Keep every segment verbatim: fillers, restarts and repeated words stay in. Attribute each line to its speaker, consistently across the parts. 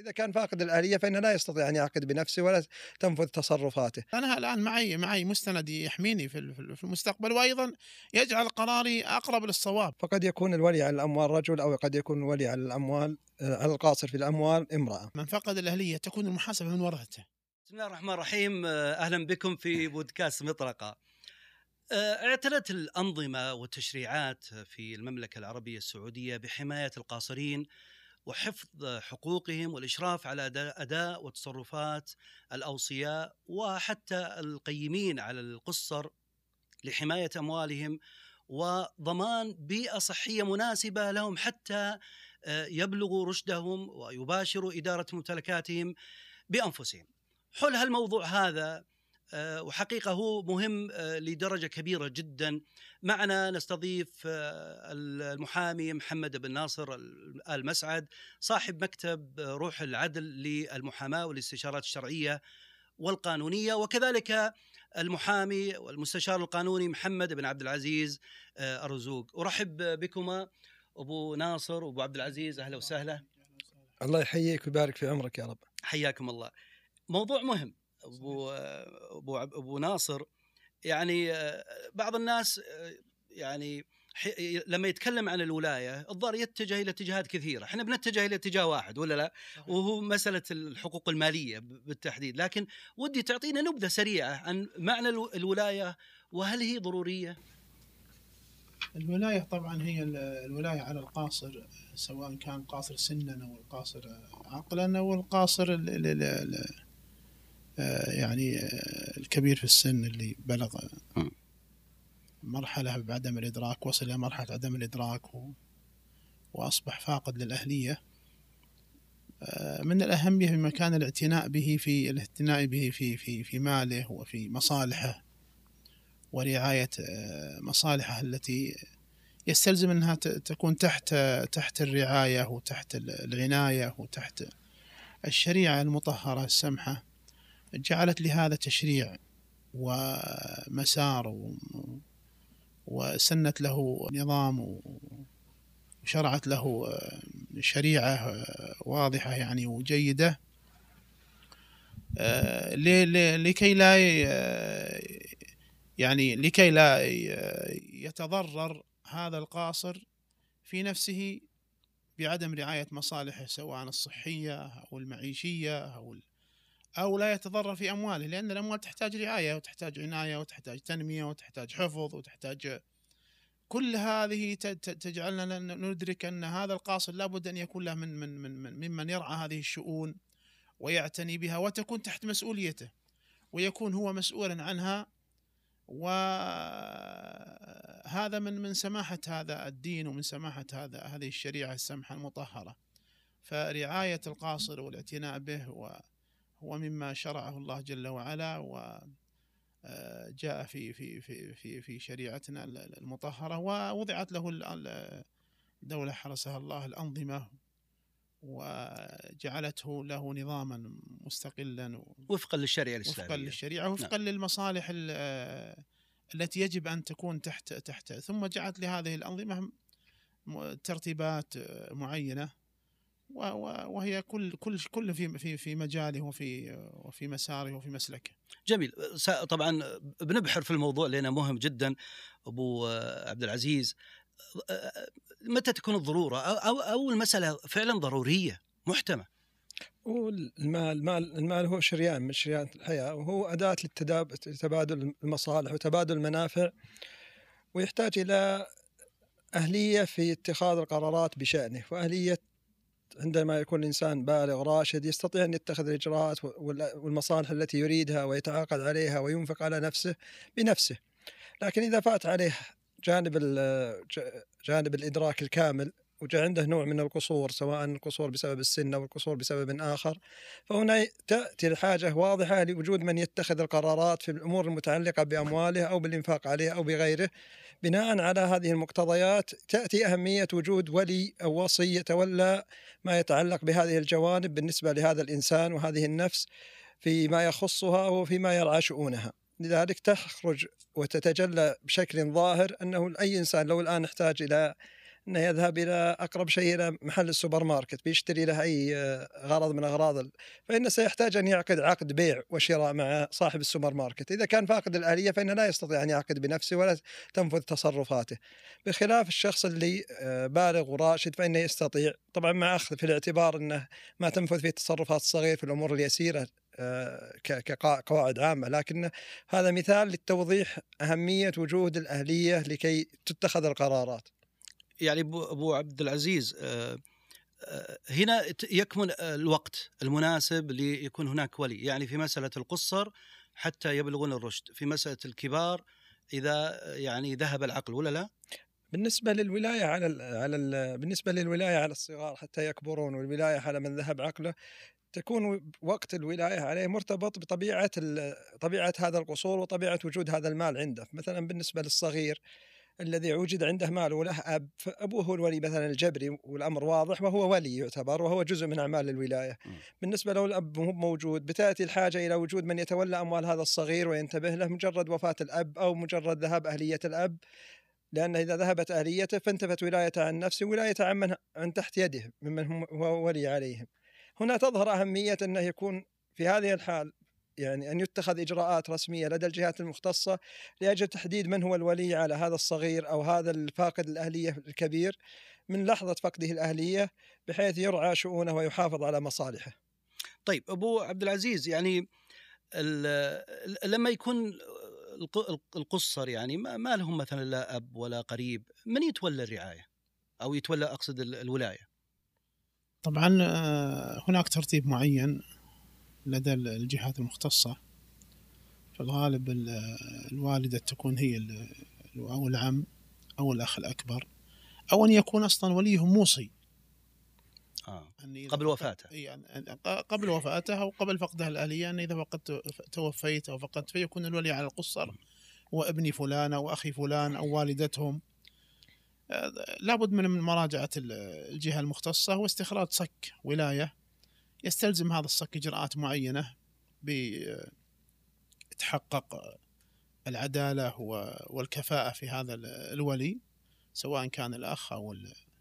Speaker 1: إذا كان فاقد الآلية فإنه لا يستطيع أن يعقد بنفسه ولا تنفذ تصرفاته.
Speaker 2: أنا الآن معي معي مستند يحميني في ال- في ال- في المستقبل، وأيضا يجعل قراري أقرب للصواب.
Speaker 1: فقد يكون الولي على الأموال رجل، أو قد يكون الولي على الأموال آه، على القاصر في الأموال امرأة.
Speaker 2: من فقد الأهلية تكون المحاسبة من ورثته.
Speaker 3: بسم الله الرحمن الرحيم. أهلا بكم في بودكاست مطرقة. اعتنت الأنظمة والتشريعات في المملكة العربية السعودية بحماية القاصرين وحفظ حقوقهم والإشراف على أداء وتصرفات الأوصياء وحتى القيمين على القصر لحماية أموالهم وضمان بيئة صحية مناسبة لهم حتى يبلغوا رشدهم ويباشروا إدارة ممتلكاتهم بأنفسهم. حول هالموضوع هذا وحقيقة هو مهم لدرجة كبيرة جدا، معنا نستضيف المحامي محمد بن ناصر آل مسعد، صاحب مكتب روح العدل للمحاماة والاستشارات الشرعية والقانونية، وكذلك المحامي والمستشار القانوني محمد بن عبد العزيز الرزوق. أرحب بكما أبو ناصر وأبو عبد العزيز، أهلا وسهلا.
Speaker 1: الله يحييك ويبارك في عمرك يا رب.
Speaker 3: حياكم الله. موضوع مهم أبو, أبو, أبو ناصر، يعني بعض الناس يعني لما يتكلم عن الولاية الظاهر يتجه إلى اتجاهات كثيرة، احنا بنتجه إلى اتجاه واحد ولا لا؟ وهو مسألة الحقوق المالية بالتحديد، لكن ودي تعطينا نبذة سريعة عن معنى الولاية وهل هي ضرورية؟
Speaker 2: الولاية طبعا هي الولاية على القاصر، سواء كان قاصر سنا أو القاصر عقلا أو القاصر ال ال ال يعني الكبير في السن اللي بلغ مرحلة بعدم الإدراك، وصل إلى مرحلة عدم الإدراك و... وأصبح فاقد للأهلية. من الأهمية في مكان الاعتناء به في الاعتناء به في في في ماله وفي مصالحه ورعاية مصالحه التي يستلزم أنها تكون تحت تحت الرعاية وتحت العناية وتحت الشريعة المطهرة السمحة. جعلت لهذا تشريع ومسار و... وسنت له نظام وشرعت له شريعة واضحة يعني وجيدة، لكي لا يعني لكي لا يتضرر هذا القاصر في نفسه بعدم رعاية مصالحه سواء الصحية أو المعيشية أو أو لا يتضرر في أمواله، لأن الأموال تحتاج رعاية وتحتاج عناية وتحتاج تنمية وتحتاج حفظ وتحتاج كل هذه تجعلنا ندرك أن هذا القاصر لابد أن يكون له من من من ممن يرعى هذه الشؤون ويعتني بها وتكون تحت مسؤوليته ويكون هو مسؤولا عنها. وهذا من من سماحة هذا الدين ومن سماحة هذا هذه الشريعة السمحة المطهرة. فرعاية القاصر والاعتناء به هو مما شرعه الله جل وعلا وجاء في في في في في شريعتنا المطهرة، ووضعت له الدولة حرسها الله الأنظمة وجعلته له نظاما مستقلا
Speaker 3: وفقا للشريعة الإسلامية،
Speaker 2: وفقا للشريعة وفقا نعم. للمصالح التي يجب أن تكون تحت تحت ثم جعلت لهذه الأنظمة ترتيبات معينة، وهي كل كل كل في في في مجاله وفي وفي مساره وفي مسلكه.
Speaker 3: جميل. طبعا بنبحر في الموضوع لأنه مهم جدا. أبو عبد العزيز، متى تكون الضرورة أو أو المسألة فعلا ضرورية محتمة؟
Speaker 1: والمال المال المال هو شريان من شريان الحياة، وهو أداة لتبادل المصالح وتبادل المنافع، ويحتاج إلى أهلية في اتخاذ القرارات بشأنه، وأهلية عندما يكون الإنسان بالغ راشد يستطيع أن يتخذ الإجراءات والمصالح التي يريدها ويتعاقد عليها وينفق على نفسه بنفسه. لكن إذا فات عليه جانب جانب الإدراك الكامل وجاء عنده نوع من القصور، سواء القصور بسبب السن أو القصور بسبب آخر، فهنا تأتي الحاجة واضحة لوجود من يتخذ القرارات في الأمور المتعلقة بأمواله أو بالإنفاق عليه أو بغيره. بناء على هذه المقتضيات تأتي أهمية وجود ولي أو وصي يتولى ما يتعلق بهذه الجوانب بالنسبة لهذا الإنسان وهذه النفس فيما يخصها وفيما يرعى شؤونها. لذلك تخرج وتتجلى بشكل ظاهر أنه أي إنسان لو الآن احتاج إلى أنه يذهب إلى أقرب شيء إلى محل السوبر ماركت بيشتري له أي غرض من أغراض ال... فإنه سيحتاج أن يعقد عقد بيع وشراء مع صاحب السوبر ماركت. إذا كان فاقد الآلية فإنه لا يستطيع أن يعقد بنفسه ولا تنفذ تصرفاته، بخلاف الشخص اللي بالغ وراشد فإنه يستطيع، طبعا مع أخذ في الاعتبار أنه ما تنفذ فيه التصرفات الصغيرة في الأمور اليسيرة كقواعد عامة. لكن هذا مثال للتوضيح أهمية وجود الأهلية لكي تتخذ القرارات.
Speaker 3: يعني أبو عبد العزيز، هنا يكمن الوقت المناسب ليكون هناك ولي، يعني في مسألة القصر حتى يبلغون الرشد، في مسألة الكبار إذا يعني ذهب العقل ولا لا؟
Speaker 1: بالنسبة للولاية على ال على ال بالنسبة للولاية على الصغار حتى يكبرون، والولاية على من ذهب عقله، تكون وقت الولاية عليه مرتبط بطبيعة طبيعة هذا القصور وطبيعة وجود هذا المال عنده. مثلا بالنسبة للصغير الذي وجد عنده مال وله أب، فأبوه هو الولي مثلا الجبري والأمر واضح وهو ولي يعتبر وهو جزء من أعمال الولاية. م. بالنسبة له الأب مو موجود، بتأتي الحاجة إلى وجود من يتولى أموال هذا الصغير وينتبه له مجرد وفاة الأب أو مجرد ذهاب أهلية الأب، لأن إذا ذهبت أهليته فانتفت ولايته عن نفسه ولايته عن من عن تحت يده ممن هو ولي عليهم. هنا تظهر أهمية أنه يكون في هذه الحال يعني أن يتخذ إجراءات رسمية لدى الجهات المختصة لأجل تحديد من هو الولي على هذا الصغير أو هذا الفاقد الأهلية الكبير من لحظة فقده الأهلية، بحيث يرعى شؤونه ويحافظ على مصالحه.
Speaker 3: طيب أبو عبد العزيز، يعني لما يكون القصر يعني ما لهم مثلا لا أب ولا قريب، من يتولى الرعاية أو يتولى أقصد الولاية؟
Speaker 2: طبعا هناك ترتيب معين لدى الجهات المختصة. في الغالب الوالدة تكون هي أو العم أو الأخ الأكبر، أو أن يكون أصلا وليهم موصي
Speaker 3: آه. قبل وفاته،
Speaker 2: يعني قبل وفاته أو قبل فقده الأهلية، أن إذا فقدت توفيت أو فقدت فيكون الولي على القصر هو ابني فلان أو أخي فلان أو والدتهم. لابد من مراجعة الجهة المختصة واستخراج صك ولاية يستلزم هذا الصك إجراءات معينة بتحقق العدالة والكفاءة في هذا الولي، سواء كان الأخ أو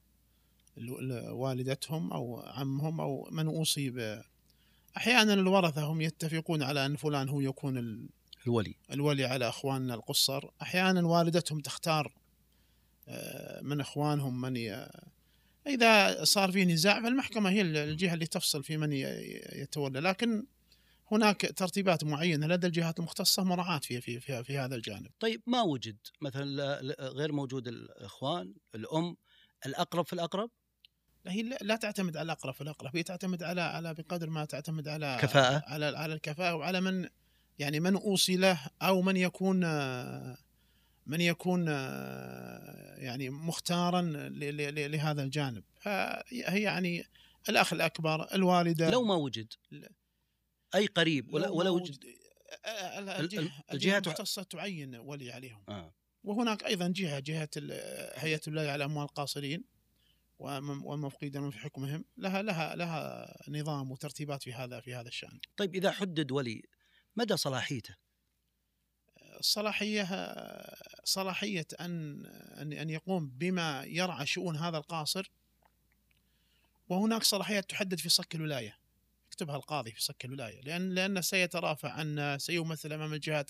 Speaker 2: والدتهم أو عمهم أو من أوصي ب. أحيانا الورثة هم يتفقون على أن فلان هو يكون
Speaker 3: الولي
Speaker 2: الولي على أخواننا القصر. أحيانا والدتهم تختار من أخوانهم من ي... إذا صار فيه نزاع فالمحكمة هي الجهة اللي تفصل في من يتولى، لكن هناك ترتيبات معينة لدى الجهات المختصة مراعاة في في في, في هذا الجانب.
Speaker 3: طيب ما وجد مثلا غير موجود الإخوان، الأم، الأقرب في الأقرب؟
Speaker 2: لا، هي لا تعتمد على الأقرب في الأقرب، هي تعتمد على على بقدر ما تعتمد على
Speaker 3: كفاءة،
Speaker 2: على على الكفاءة وعلى من يعني من أوصي له أو من يكون من يكون يعني مختارا لهذا الجانب. فهي يعني الأخ الأكبر، الوالدة.
Speaker 3: لو ما وجد أي قريب ولا ولا وجد
Speaker 2: الجهات المختصة تعين ولي عليهم. آه. وهناك أيضا جهة جهة هيئة الولاية على أموال القاصرين والمفقودين من في حكمهم، لها لها لها نظام وترتيبات في هذا في هذا الشأن.
Speaker 3: طيب إذا حدد ولي مدى صلاحيته؟
Speaker 2: الصلاحية صلاحية أن أن يقوم بما يرعى شؤون هذا القاصر، وهناك صلاحيات تحدد في صك الولاية يكتبها القاضي في صك الولاية، لأن لأنه سيترافع عن سيمثل أمام الجهات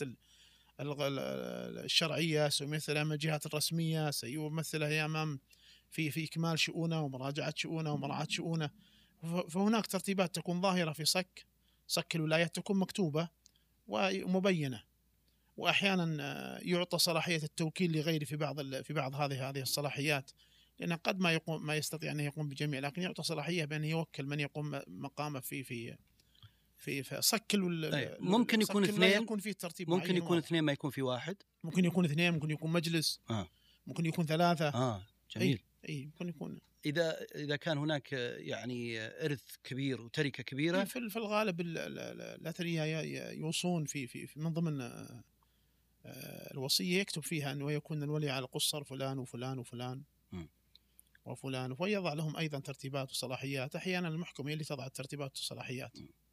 Speaker 2: الشرعية، سيمثل أمام الجهات الرسمية، سيمثلها أمام في في إكمال شؤونه ومراجعة شؤونه ومراعاة شؤونه. فهناك ترتيبات تكون ظاهرة في صك صك الولاية، تكون مكتوبة ومبينة، وأحيانا يعطى صلاحية التوكيل لغيره في بعض في بعض هذه هذه الصلاحيات، لأن قد ما يقوم ما يستطيع أن يقوم بجميع، لكن يعطى صلاحية بأن يوكل من يقوم مقامه في في في, في صك
Speaker 3: ال ممكن يكون اثنين،
Speaker 2: يكون فيه ترتيب،
Speaker 3: ممكن يكون اثنين ما يكون في واحد،
Speaker 2: ممكن يكون اثنين، ممكن يكون مجلس، آه. ممكن يكون ثلاثة.
Speaker 3: آه جميل.
Speaker 2: أي, أي ممكن يكون.
Speaker 3: إذا إذا كان هناك يعني إرث كبير وتركة كبيرة،
Speaker 2: في في الغالب الأثرياء يوصون في في من ضمن الوصية يكتب فيها أنه يكون الولي على القصر فلان وفلان وفلان م. وفلان، ويضع لهم أيضا ترتيبات وصلاحيات. أحيانا المحكمة هي اللي تضع الترتيبات والصلاحيات.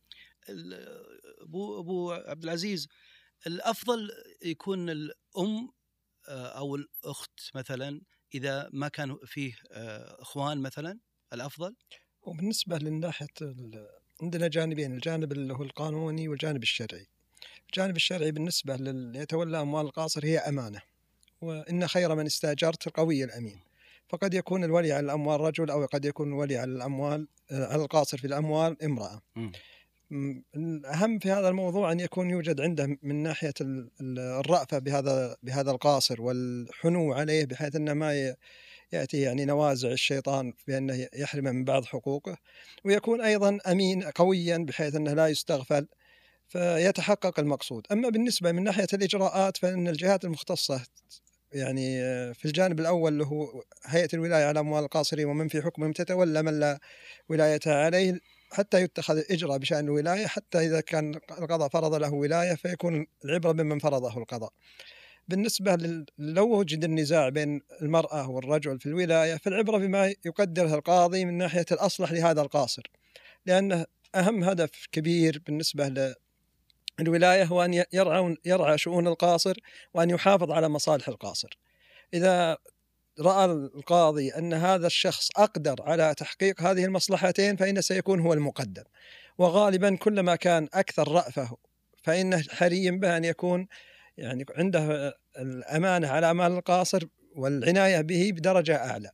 Speaker 3: أبو أبو عبد العزيز، الأفضل يكون الأم أو الأخت مثلا إذا ما كان فيه إخوان مثلا الأفضل؟
Speaker 1: وبالنسبة للناحية عندنا جانبين، الجانب اللي هو القانوني والجانب الشرعي. الجانب الشرعي بالنسبة للي يتولى أموال القاصر هي أمانة، وإن خير من استأجرت القوي الأمين. فقد يكون الولي على الأموال رجل، أو قد يكون الولي على الأموال على القاصر في الأموال امرأة. م. الأهم في هذا الموضوع أن يكون يوجد عنده من ناحية الرأفة بهذا بهذا القاصر والحنو عليه، بحيث أنه ما يأتي يعني نوازع الشيطان بأنه يحرمه من بعض حقوقه، ويكون أيضا أمين قويا بحيث أنه لا يستغفل فيتحقق المقصود. أما بالنسبة من ناحية الإجراءات فإن الجهات المختصة يعني في الجانب الأول اللي هو هيئة الولاية على أموال القاصرين ومن في حكمهم تتولى من لا ولاية عليه حتى يتخذ إجراء بشأن الولاية، حتى إذا كان القضاء فرض له ولاية فيكون العبرة بمن فرضه القضاء. بالنسبة لو وجد النزاع بين المرأة والرجل في الولاية فالعبرة بما يقدره القاضي من ناحية الأصلح لهذا القاصر، لأنه أهم هدف كبير بالنسبة للولاية هو أن يرعى, يرعى شؤون القاصر وأن يحافظ على مصالح القاصر. إذا رأى القاضي أن هذا الشخص أقدر على تحقيق هذه المصلحتين فإنه سيكون هو المقدم، وغالبا كلما كان أكثر رأفة فإنه حري به أن يكون يعني عنده الأمانة على أمال القاصر والعناية به بدرجة أعلى.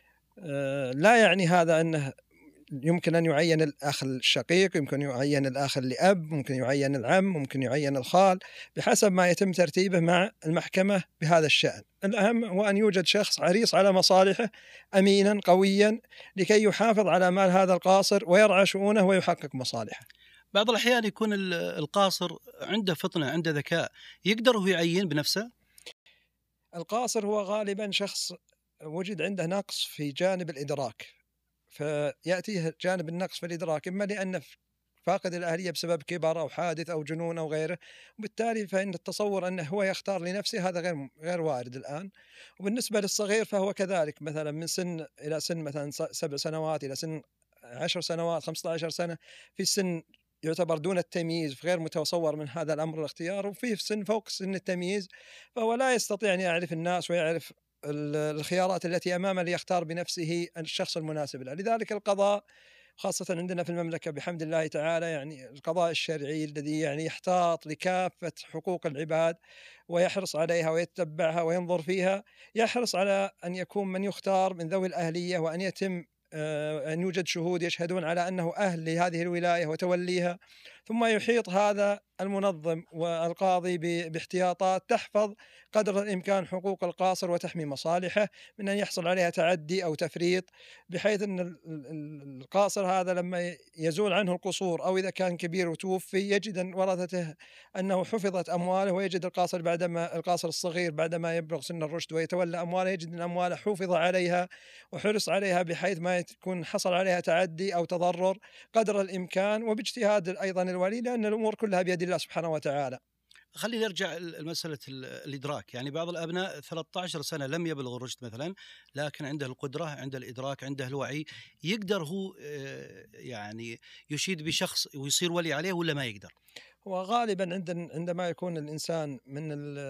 Speaker 1: لا يعني هذا أنه يمكن أن يعين الأخ الشقيق، يمكن يعين الأخ لأب، ممكن يعين العم، ممكن يعين الخال، بحسب ما يتم ترتيبه مع المحكمة بهذا الشأن. الأهم هو أن يوجد شخص عريص على مصالحه أمينا قويا لكي يحافظ على مال هذا القاصر ويرعى شؤونه ويحقق مصالحه.
Speaker 3: بعض الأحيان يكون القاصر عنده فطنة، عنده ذكاء، يقدر هو يعين بنفسه.
Speaker 1: القاصر هو غالبا شخص وجد عنده نقص في جانب الإدراك، فيأتيه جانب النقص في الإدراك إما لأنه فاقد الأهلية بسبب كبر أو حادث أو جنون أو غيره، وبالتالي فإن التصور أنه هو يختار لنفسه هذا غير غير وارد الآن. وبالنسبة للصغير فهو كذلك، مثلا من سن إلى سن مثلا سبع سنوات إلى سن عشر سنوات خمسة عشر سنة، في سن يعتبر دون التمييز غير متصور من هذا الأمر الاختيار، وفي سن فوق سن التمييز فهو لا يستطيع أن يعرف الناس ويعرف الخيارات التي أمامه ليختار بنفسه الشخص المناسب له. لذلك القضاء خاصة عندنا في المملكة بحمد الله تعالى يعني القضاء الشرعي الذي يعني يحتاط لكافة حقوق العباد ويحرص عليها ويتبعها وينظر فيها، يحرص على أن يكون من يختار من ذوي الأهلية، وأن يتم أن يوجد شهود يشهدون على أنه أهل لهذه الولاية وتوليها، ثم يحيط هذا المنظم والقاضي باحتياطات تحفظ قدر الإمكان حقوق القاصر وتحمي مصالحه من أن يحصل عليها تعدي أو تفريط، بحيث أن القاصر هذا لما يزول عنه القصور أو إذا كان كبير وتوفي يجد أن ورثته أنه حفظت أمواله، ويجد القاصر بعدما القاصر الصغير بعدما يبلغ سن الرشد ويتولى أمواله يجد أن أمواله حفظ عليها وحرص عليها بحيث ما يكون حصل عليها تعدي أو تضرر قدر الإمكان، وباجتهاد أيضا الولي، لأن الأمور كلها بيد الله سبحانه وتعالى.
Speaker 3: خلينا نرجع لمسألة الإدراك. يعني بعض الأبناء ثلاثة عشر سنة لم يبلغ الرشد مثلا، لكن عنده القدرة، عنده الإدراك، عنده الوعي، يقدر هو يعني يشيد بشخص ويصير ولي عليه ولا ما يقدر؟
Speaker 1: هو غالبا عندما يكون الإنسان من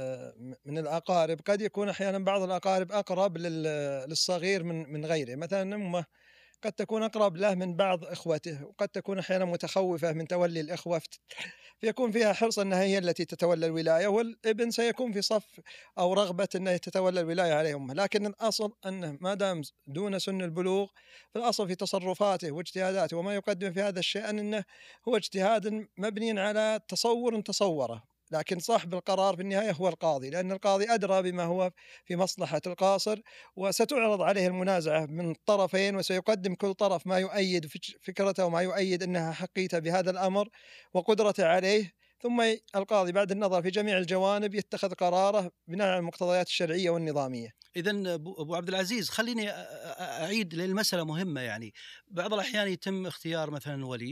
Speaker 1: من الأقارب قد يكون أحيانا بعض الأقارب أقرب للصغير من من غيره، مثلا أمه قد تكون أقرب له من بعض إخوته، وقد تكون أحيانا متخوفة من تولي الإخوة، فيكون فيها حرص أنها هي التي تتولى الولاية، والابن سيكون في صف أو رغبة أنه تتولى الولاية عليهم. لكن الأصل أنه ما دام دون سن البلوغ فالأصل في تصرفاته واجتهاداته وما يقدم في هذا الشأن أنه هو اجتهاد مبني على تصور تصوره، لكن صاحب القرار في النهاية هو القاضي، لأن القاضي أدرى بما هو في مصلحة القاصر، وستعرض عليه المنازعة من الطرفين وسيقدم كل طرف ما يؤيد فكرته وما يؤيد أنها حقيته بهذا الأمر وقدرته عليه، ثم القاضي بعد النظر في جميع الجوانب يتخذ قراره بناء على المقتضيات الشرعية والنظامية.
Speaker 3: إذن أبو عبد العزيز خليني أعيد للمسألة مهمة. يعني بعض الأحيان يتم اختيار مثلا ولي،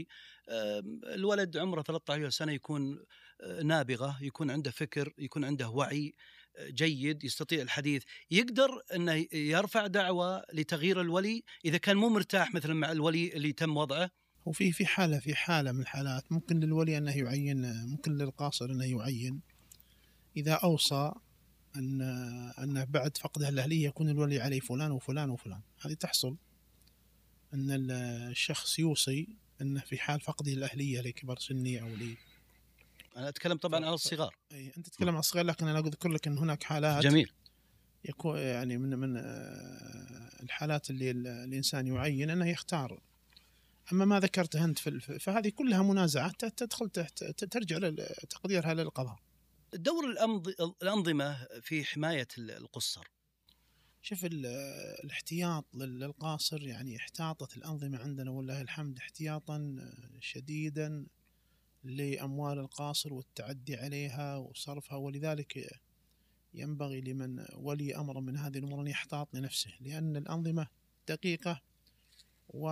Speaker 3: الولد عمره ثلاثة عشر سنة يكون نابغة، يكون عنده فكر، يكون عنده وعي جيد، يستطيع الحديث، يقدر أنه يرفع دعوة لتغيير الولي إذا كان مو مرتاح مثلا مع الولي اللي تم وضعه.
Speaker 2: وفي في حالة في حالة من الحالات ممكن للولي أنه يعين، ممكن للقاصر أنه يعين إذا أوصى أن أن بعد فقده الأهلية يكون الولي عليه فلان وفلان وفلان. هذه تحصل أن الشخص يوصي أنه في حال فقده الأهلية لكبر سني أو لي.
Speaker 3: أنا أتكلم طبعا عن الصغار.
Speaker 2: أي أنت تتكلم عن الصغار، لكن أنا أذكر لك أن هناك حالات
Speaker 3: جميل
Speaker 2: يكون يعني من من الحالات اللي الإنسان يعين أنه يختار. أما ما ذكرته أنت في فهذه كلها منازعات تدخل تحت ترجع لتقديرها للقضاء.
Speaker 3: دور الأنظمة في حماية القُصّر.
Speaker 2: شوف الاحتياط للقاصر، يعني احتاطت الأنظمة عندنا والله الحمد احتياطا شديدا لأموال القاصر والتعدي عليها وصرفها. ولذلك ينبغي لمن ولي أمر من هذه الأمور أن يحتاط لنفسه، لأن الأنظمة دقيقة، و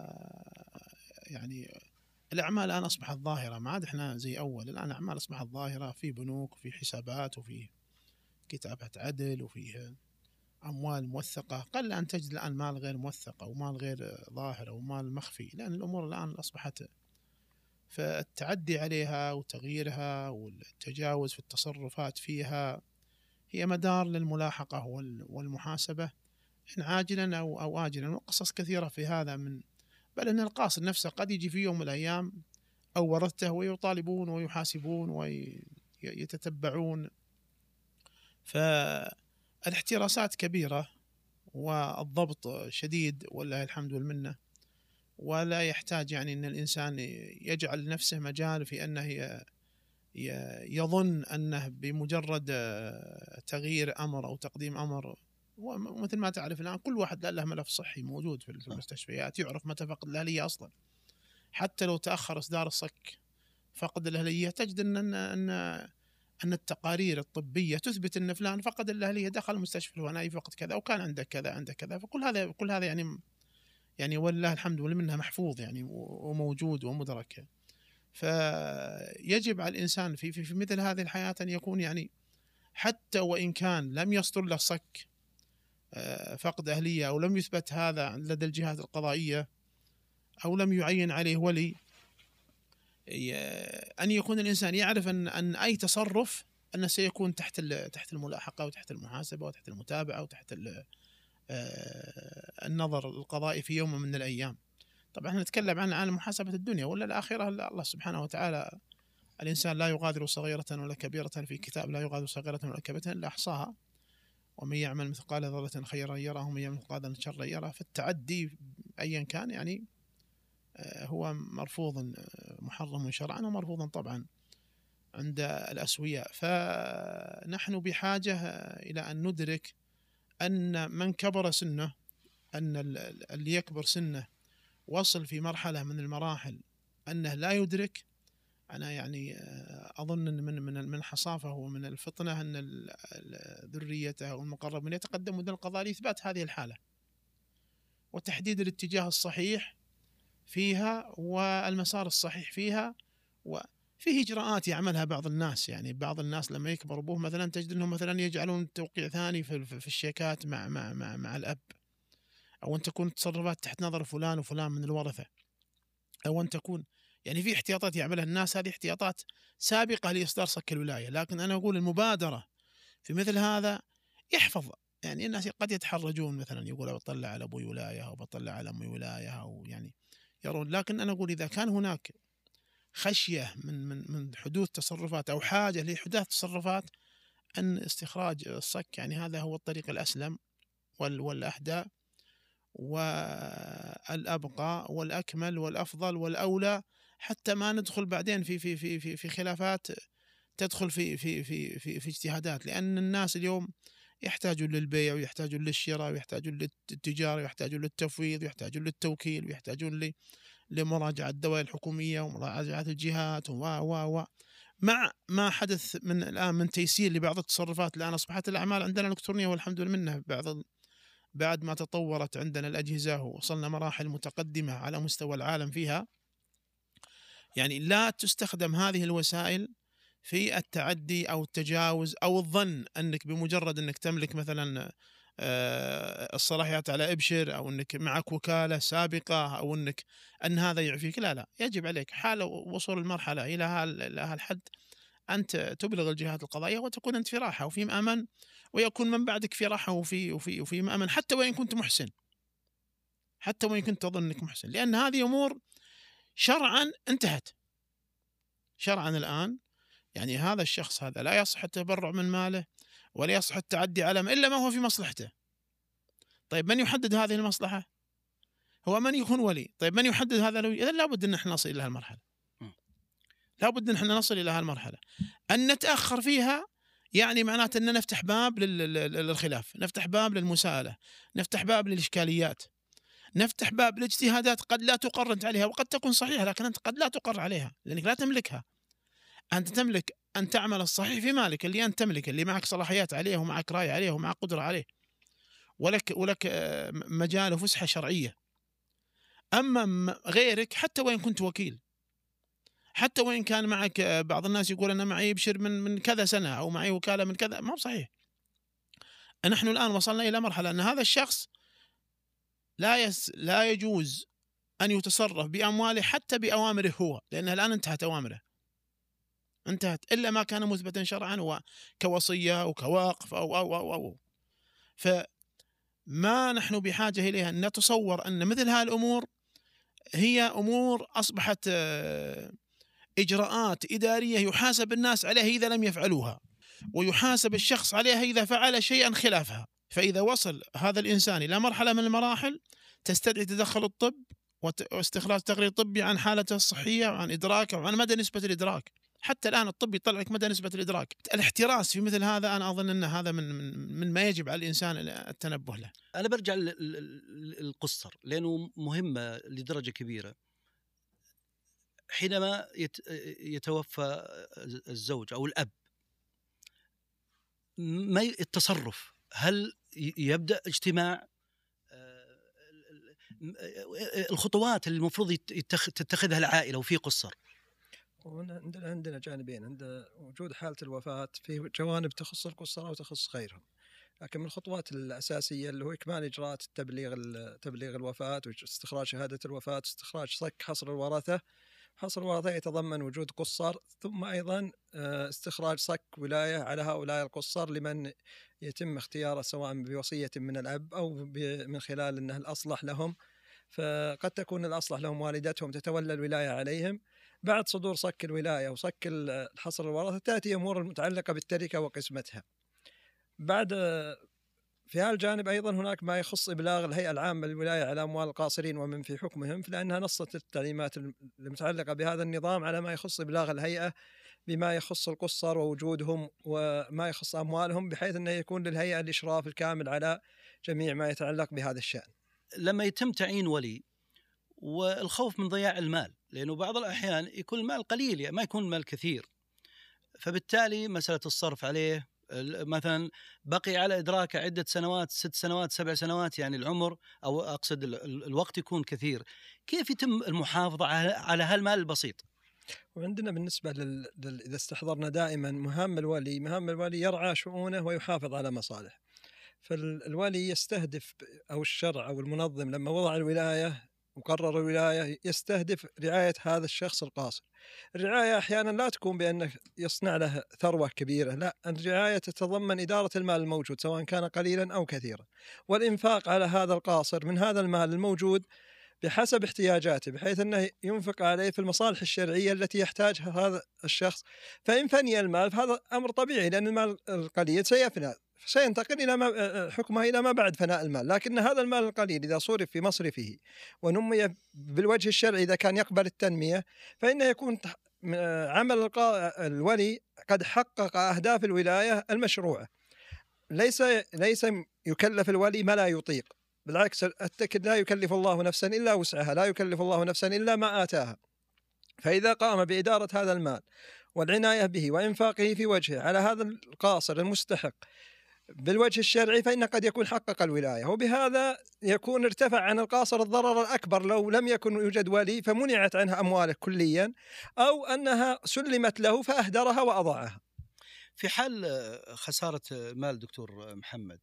Speaker 2: يعني الأعمال الآن أصبحت ظاهرة، ما عاد إحنا زي أول. الآن الأعمال أصبحت ظاهرة في بنوك وفي حسابات وفي كتابة عدل وفي أموال موثقة. قل أن تجد الآن مال غير موثق أو مال غير ظاهر أو مال مخفي، لأن الأمور الآن أصبحت، فالتعدي عليها وتغييرها والتجاوز في التصرفات فيها هي مدار للملاحقة والمحاسبة إن عاجلا أو أو آجلا. وقصص كثيرة في هذا، من بل أن القاصر نفسه قد يجي في يوم من الأيام أو ورثته ويطالبون ويحاسبون ويتتبعون. فالاحتراسات كبيرة والضبط شديد والله الحمد والمنة، ولا يحتاج يعني أن الإنسان يجعل نفسه مجال في أنه يظن أنه بمجرد تغيير أمر أو تقديم أمر. ومثل ما تعرف الآن كل واحد له ملف صحي موجود في المستشفيات، يعرف متى فقد الأهلية أصلا. حتى لو تأخر إصدار الصك فقد الأهلية، تجد أن أن أن التقارير الطبية تثبت أن فلان فقد الأهلية، دخل المستشفى الفلاني فقد كذا وكان عنده كذا عنده كذا. فكل هذا كل هذا يعني يعني والله الحمد لله محفوظ يعني وموجود ومدرك. فيجب على الإنسان في في, في مثل هذه الحياة أن يكون يعني حتى وإن كان لم يصدر له صك فقد أهلية أو لم يثبت هذا لدى الجهات القضائية أو لم يعين عليه ولي، أن يكون الإنسان يعرف أن أن أي تصرف أنه سيكون تحت تحت الملاحقة وتحت المحاسبة وتحت المتابعة وتحت النظر القضائي في يوم من الأيام. طبعا احنا نتكلم عن عن محاسبة الدنيا ولا الآخرة. الله سبحانه وتعالى الإنسان لا يغادر صغيرة ولا كبيرة في كتاب، لا يغادر صغيرة ولا كبيرة إلا أحصاها، ومن يعمل مثقال ذرة خيرا يره ومن يعمل مثقال ذرة شرا يره. فالتعدي أيا كان يعني هو مرفوض محرم شرعا ومرفوض طبعا عند الأسوياء. فنحن بحاجة إلى أن ندرك أن من كبر سنه، أن اللي يكبر سنه وصل في مرحلة من المراحل أنه لا يدرك. أنا يعني أظن أن من من من حصافة ومن الفطنة أن ذريته والمقربين يتقدمون إلى القضاء لإثبات هذه الحالة وتحديد الاتجاه الصحيح فيها والمسار الصحيح فيها. وفيه إجراءات يعملها بعض الناس، يعني بعض الناس لما يكبر أبوه مثلا تجد أنهم مثلا يجعلون توقيع ثاني في في الشيكات مع مع مع مع الأب، أو أن تكون تصرفات تحت نظر فلان وفلان من الورثة، أو أن تكون يعني في احتياطات يعملها الناس. هذه احتياطات سابقة لإصدار صك الولاية، لكن أنا أقول المبادرة في مثل هذا يحفظ. يعني الناس قد يتحرجون مثلا يقول بطلع على أبوي ولاية أو بطلع على أمي ولاية أو يعني يرون، لكن أنا أقول إذا كان هناك خشية من من من حدوث تصرفات أو حاجة لحدوث تصرفات، أن استخراج الصك يعني هذا هو الطريق الأسلم والأهدى والأبقى والأكمل والأفضل والأولى، حتى ما ندخل بعدين في في في في في خلافات تدخل في في في في في اجتهادات. لأن الناس اليوم يحتاجون للبيع ويحتاجون للشراء ويحتاجون للتجارة ويحتاجون للتفويض ويحتاجون للتوكيل ويحتاجون لمراجعة الدوائر الحكومية ومراجعة الجهات و و و مع ما حدث من الآن من تيسير لبعض التصرفات. الآن أصبحت الأعمال عندنا إلكترونية والحمد لله منها، بعض بعد ما تطورت عندنا الأجهزة ووصلنا مراحل متقدمة على مستوى العالم فيها. يعني لا تستخدم هذه الوسائل في التعدي أو التجاوز أو الظن أنك بمجرد أنك تملك مثلا الصلاحيات على إبشر أو أنك معك وكالة سابقة أو أنك أن هذا يعفيك. لا لا، يجب عليك حال وصول المرحلة إلى هذا الحد أنت تبلغ الجهات القضائية وتكون أنت في راحة وفي أمن، ويكون من بعدك في راحة وفي وفي وفي أمن، حتى وإن كنت محسن، حتى وإن كنت تظن أنك محسن، لأن هذه أمور شرعا انتهت. شرعا الآن يعني هذا الشخص هذا لا يصح التبرع من ماله ولا يصح التعدي عليه إلا ما هو في مصلحته. طيب من يحدد هذه المصلحة؟ هو من يكون ولي. طيب من يحدد هذا الولي؟ إذن لابد أن احنا نصل إلى هالمرحلة، لابد أن احنا نصل إلى هالمرحلة. أن نتأخر فيها يعني معناته أن نفتح باب للخلاف، نفتح باب للمساءلة، نفتح باب للإشكاليات، نفتح باب لاجتهادات قد لا تقر أنت عليها وقد تكون صحيحة، لكن أنت قد لا تقر عليها لأنك لا تملكها. أنت تملك أن تعمل الصحيح في مالك اللي أنت تملك، اللي معك صلاحيات عليه ومعك رأي عليه ومعك قدرة عليه، ولك ولك مجال وفسحة شرعية. أما غيرك حتى وإن كنت وكيل، حتى وإن كان معك بعض الناس يقول أنا معي يبشر من من كذا سنة أو معي وكالة من كذا، ما هو صحيح. نحن الآن وصلنا إلى مرحلة أن هذا الشخص لا يس لا يجوز أن يتصرف بأمواله حتى بأوامره هو، لأنها الآن انتهت أوامره، انتهت، إلا ما كان مثبتا شرعا وكوصية وكواقف أو أو أو أو فما نحن بحاجة إليها أن نتصور أن مثل هذه الأمور هي أمور أصبحت إجراءات إدارية يحاسب الناس عليها إذا لم يفعلوها، ويحاسب الشخص عليها إذا فعل شيئا خلافها. فإذا وصل هذا الإنسان إلى مرحلة من المراحل تستدعي تدخل الطب واستخراج تقرير طبي عن حالته الصحية وعن إدراكه وعن مدى نسبة الإدراك. حتى الآن الطب يطلع لك مدى نسبة الإدراك. الاحتراس في مثل هذا أنا أظن أن هذا من من ما يجب على الإنسان التنبه له.
Speaker 3: أنا برجع للقصر لأنه مهمة لدرجة كبيرة. حينما يتوفى الزوج أو الأب، ما التصرف؟ هل يبدأ اجتماع؟ الخطوات اللي المفروض تتخذها العائلة وفي قصر.
Speaker 1: عندنا عندنا جانبين. عند وجود حالة الوفاة في جوانب تخص القصر وتخص غيرهم، لكن من الخطوات الأساسية اللي هو إكمال إجراءات التبليغ تبليغ الوفاة واستخراج شهادة الوفاة، استخراج صك حصر الورثة. حصر الورثة يتضمن وجود قصر، ثم أيضا استخراج صك ولاية على هؤلاء القصر لمن يتم اختياره سواء بوصية من الأب أو من خلال أنه الأصلح لهم. فقد تكون الأصلح لهم والدتهم تتولى الولاية عليهم. بعد صدور صك الولاية وصك الحصر الورثة تأتي أمور المتعلقة بالتركة وقسمتها. بعد في هذا الجانب أيضا هناك ما يخص إبلاغ الهيئة العامة للولاية على أموال القاصرين ومن في حكمهم، لأنها نصت التعليمات المتعلقة بهذا النظام على ما يخص إبلاغ الهيئة بما يخص القصر ووجودهم وما يخص أموالهم، بحيث أنه يكون للهيئة الإشراف الكامل على جميع ما يتعلق بهذا الشأن.
Speaker 3: لما يتم تعيين ولي والخوف من ضياع المال، لأنه بعض الأحيان يكون المال قليل يعني ما يكون المال كثير، فبالتالي مسألة الصرف عليه مثلا بقي على إدراكه عدة سنوات، ست سنوات سبع سنوات، يعني العمر أو أقصد الوقت يكون كثير. كيف يتم المحافظة على هالمال البسيط؟
Speaker 1: وعندنا بالنسبة لل... لل... إذا استحضرنا دائما مهام الولي، مهام الولي يرعى شؤونه ويحافظ على مصالح. فالولي يستهدف أو الشرع أو المنظم لما وضع الولاية وقرر الولاية يستهدف رعاية هذا الشخص القاصر. الرعاية أحيانا لا تكون بأنه يصنع له ثروة كبيرة، لا، الرعاية تتضمن إدارة المال الموجود سواء كان قليلا أو كثيرا، والإنفاق على هذا القاصر من هذا المال الموجود بحسب احتياجاته، بحيث أنه ينفق عليه في المصالح الشرعية التي يحتاجها هذا الشخص. فإن فني المال فهذا أمر طبيعي، لأن المال القليل سيفنى، سينتقل إلى ما حكمها إلى ما بعد فناء المال. لكن هذا المال القليل إذا صرف في مصرفه ونمي بالوجه الشرعي إذا كان يقبل التنمية، فإنه يكون عمل الولي قد حقق أهداف الولاية المشروعة. ليس ليس يكلف الولي ما لا يطيق، بالعكس التكد لا يكلف الله نفسا إلا وسعها، لا يكلف الله نفسا إلا ما آتاها. فإذا قام بإدارة هذا المال والعناية به وإنفاقه في وجهه على هذا القاصر المستحق بالوجه الشرعي، فإن قد يكون حقق الولاية، وبهذا يكون ارتفع عن القاصر الضرر الأكبر لو لم يكن يوجد ولي فمنعت عنها أمواله كليا، أو أنها سلمت له فأهدرها وأضاعها.
Speaker 3: في حال خسارة مال دكتور محمد،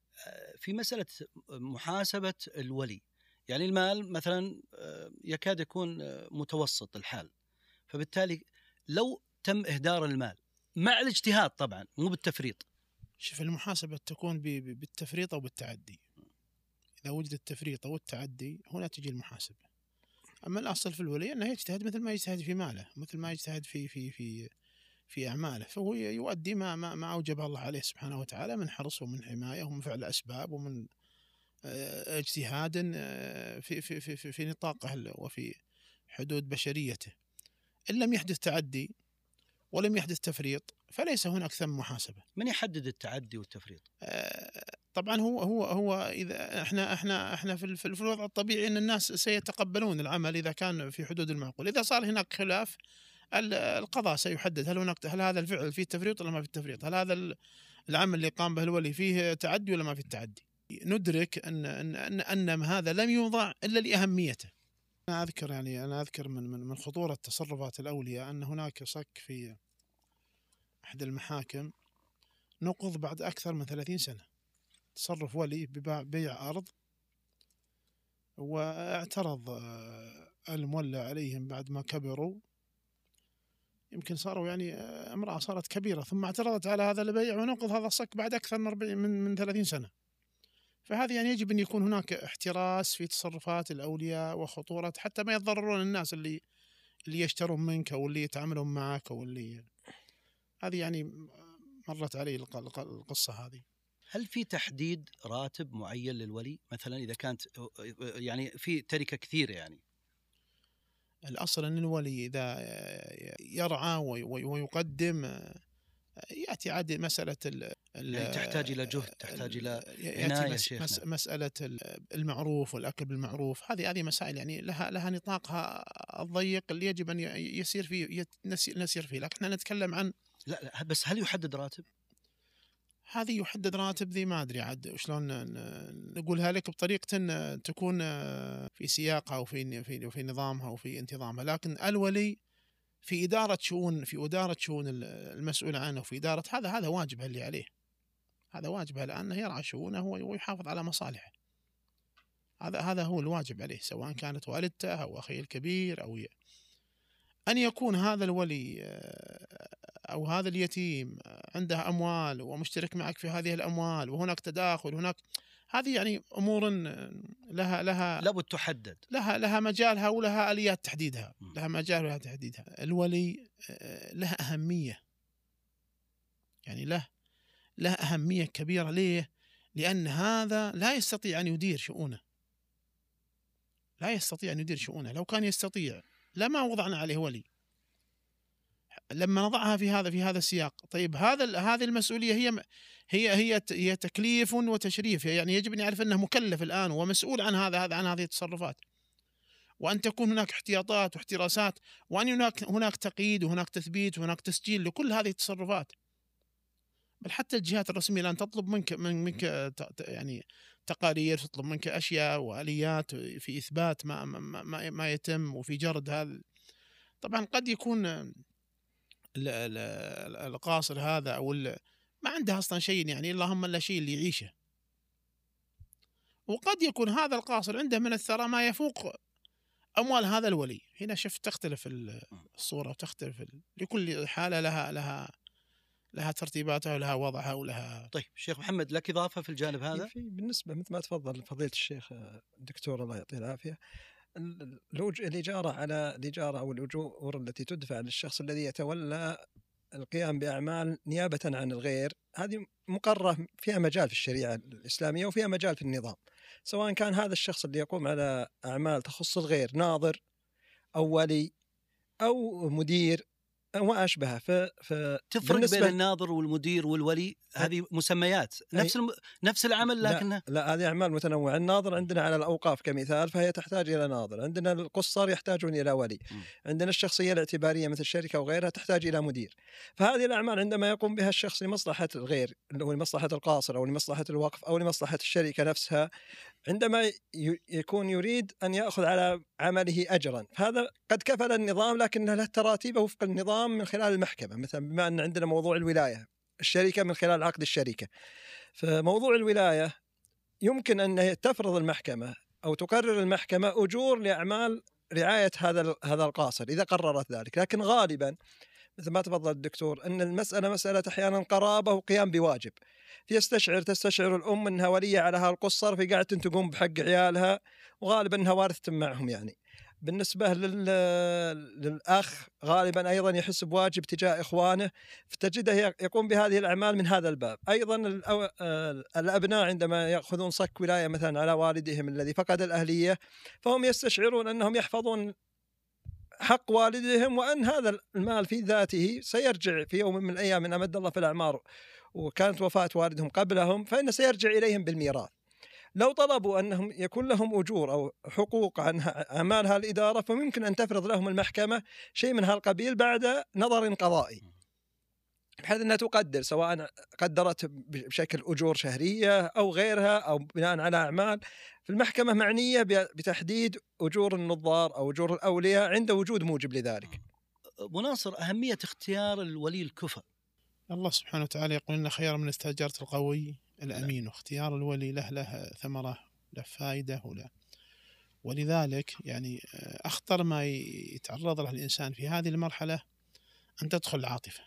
Speaker 3: في مسألة محاسبة الولي، يعني المال مثلا يكاد يكون متوسط الحال، فبالتالي لو تم إهدار المال مع الاجتهاد طبعا مو بالتفريط.
Speaker 2: شوف، المحاسبة تكون ب- ب- بالتفريط أو بالتعدي. إذا وجد التفريط أو التعدي هنا تجي المحاسبة. أما الأصل في الولي أنه يجتهد مثل ما يجتهد في ماله، مثل ما يجتهد في في في في أعماله، فهو يؤدي ما ما ما أوجبه الله عليه سبحانه وتعالى من حرص ومن حماية ومن فعل أسباب ومن آه، اجتهاد آه، في في في في, في نطاقه وفي حدود بشريته. إن لم يحدث تعدي ولم يحدث تفريط فليس هناك ثم محاسبة.
Speaker 3: من يحدد التعدي والتفريط؟
Speaker 2: آه، طبعا هو هو هو اذا احنا احنا احنا في في الوضع الطبيعي ان الناس سيتقبلون العمل اذا كان في حدود المعقول. اذا صار هناك خلاف القضاء سيحدد هل هناك هل هذا الفعل فيه تفريط ولا ما فيه تفريط، هل هذا العمل اللي قام به الولي فيه تعدي ولا ما فيه تعدي. ندرك ان ان ان, أن هذا لم يوضع الا لاهميته. انا اذكر يعني انا اذكر من من من خطوره تصرفات الاولياء ان هناك صك في احد المحاكم نقض بعد اكثر من ثلاثين سنة. تصرف ولي ببيع أرض، واعترض المولى عليهم بعد ما كبروا، يمكن صاروا يعني امرأة صارت كبيرة، ثم اعترضت على هذا البيع ونقض هذا الصك بعد أكثر من من من ثلاثين سنة. فهذه يعني يجب أن يكون هناك احتراس في تصرفات الأولياء وخطورة، حتى ما يتضررون الناس اللي اللي يشترون منك أو اللي يتعاملون معك أو اللي هذه يعني مرت علي القصة هذه.
Speaker 3: هل في تحديد راتب معين للولي مثلا إذا كانت يعني في تركة كثير؟ يعني
Speaker 2: الأصل أن الولي إذا يرعى ويقدم يأتي عاد مسألة
Speaker 3: يعني تحتاج إلى جهد، تحتاج إلى عناية شيخنا.
Speaker 2: مسألة المعروف والأكل بالمعروف، هذه هذه مسائل يعني لها لها نطاقها الضيق اللي يجب أن يسير فيه نسير فيه. لكن احنا نتكلم عن
Speaker 3: لا لا بس هل يحدد راتب؟
Speaker 2: هذه يحدد راتب ذي ما أدري عاد شلون نقولها لك بطريقة تكون في سياقها وفي في في نظامها وفي انتظامها. لكن الولي في إدارة شؤون في إدارة شؤون المسؤول عنه وفي إدارة هذا هذا واجبه اللي عليه، هذا واجبه لأنه يرعى شؤونه ويحافظ على مصالحه. هذا هذا هو الواجب عليه، سواء كانت والدته أو أخيه الكبير أو ي... أن يكون هذا الولي أو هذا اليتيم عنده أموال ومشترك معك في هذه الأموال وهناك تداخل هناك، هذه يعني أمور لها لها
Speaker 3: لابد تحدد،
Speaker 2: لها لها مجالها ولها آليات تحديدها، لها مجال ولها تحديدها. الولي له أهمية، يعني له له أهمية كبيرة. ليه؟ لأن هذا لا يستطيع أن يدير شؤونه، لا يستطيع أن يدير شؤونه. لو كان يستطيع لما وضعنا عليه ولي. لما نضعها في هذا في هذا السياق، طيب هذا هذه المسؤولية هي هي هي هي تكليف وتشريف، يعني يجب أن يعرف أنه مكلف الآن ومسؤول عن هذا هذا عن هذه التصرفات، وأن تكون هناك احتياطات واحتراسات، وأن هناك هناك تقييد وهناك تثبيت وهناك تسجيل لكل هذه التصرفات. بل حتى الجهات الرسمية الآن تطلب منك من منك يعني تقارير، تطلب منك أشياء وآليات في إثبات ما ما ما يتم وفي جرد هذا. طبعا قد يكون القاصر هذا أو ما عنده أصلا شيء، يعني اللهم إلا شيء اللي يعيشه، وقد يكون هذا القاصر عنده من الثراء ما يفوق أموال هذا الولي. هنا شفت تختلف الصورة وتختلف لكل حالة لها لها لها ترتيباتها ولها وضعها ولها.
Speaker 3: طيب شيخ محمد لك إضافة في الجانب هذا؟
Speaker 1: في بالنسبة مثل ما تفضل فضيلة الشيخ الدكتور الله يعطيه العافية، الإجارة على الإجارة أو الأجور التي تدفع للشخص الذي يتولى القيام بأعمال نيابة عن الغير، هذه مقررة فيها مجال في الشريعة الإسلامية وفيها مجال في النظام، سواء كان هذا الشخص اللي يقوم على أعمال تخص الغير ناظر أو ولي أو مدير أو ما أشبهه. ف... ف...
Speaker 3: تفرق بين الناظر والمدير والولي، هذه مسميات نفس الم... نفس العمل لكنها
Speaker 1: لا, لا هذه أعمال متنوعة. الناظر عندنا على الأوقاف كمثال فهي تحتاج إلى ناظر، عندنا القصار يحتاجون إلى ولي، م. عندنا الشخصية الاعتبارية مثل الشركة وغيرها تحتاج إلى مدير. فهذه الأعمال عندما يقوم بها الشخص لمصلحة الغير اللي هو لمصلحة القاصر أو لمصلحة الوقف أو لمصلحة الشركة نفسها، عندما يكون يريد أن يأخذ على عمله أجرا، فهذا قد كفل النظام لكن له تراتيبه وفق النظام من خلال المحكمة. مثلا بما أن عندنا موضوع الولاية، الشركة من خلال عقد الشركة، فموضوع الولاية يمكن أن تفرض المحكمة أو تقرر المحكمة أجور لأعمال رعاية هذا هذا القاصر إذا قررت ذلك. لكن غالبا مثل ما تفضل الدكتور أن المسألة مسألة أحيانا قرابة وقيام بواجب. تستشعر تستشعر الأم أنها ولية على هالقصر في قاعدة تقوم بحق عيالها، وغالبا أنها وارثة معهم. يعني بالنسبة لل... للأخ غالبا أيضا يحس بواجب تجاه إخوانه، فتجده يقوم بهذه الأعمال من هذا الباب. أيضا الأو... الأبناء عندما يأخذون صك ولاية مثلا على والدهم الذي فقد الأهلية، فهم يستشعرون أنهم يحفظون حق والدهم، وأن هذا المال في ذاته سيرجع في يوم من الأيام إن أمد الله في الأعمار وكانت وفاة والدهم قبلهم، فإنه سيرجع إليهم بالميراث. لو طلبوا أنهم يكون لهم أجور أو حقوق عن أعمال هالإدارة، فممكن أن تفرض لهم المحكمة شيء من هالقبيل بعد نظر قضائي، بحيث أنها تقدر، سواء قدرت بشكل أجور شهرية أو غيرها أو بناء على أعمال. في المحكمة معنية بتحديد أجور النظار أو أجور الأولياء عند وجود موجب لذلك.
Speaker 3: أبو ناصر، أهمية اختيار الولي الكفء.
Speaker 2: الله سبحانه وتعالى يقول إن خير من استأجرت القوي الأمين، واختيار الولي له له ثمرة، له فائدة وله. ولذلك يعني أخطر ما يتعرض له الإنسان في هذه المرحلة أن تدخل العاطفة.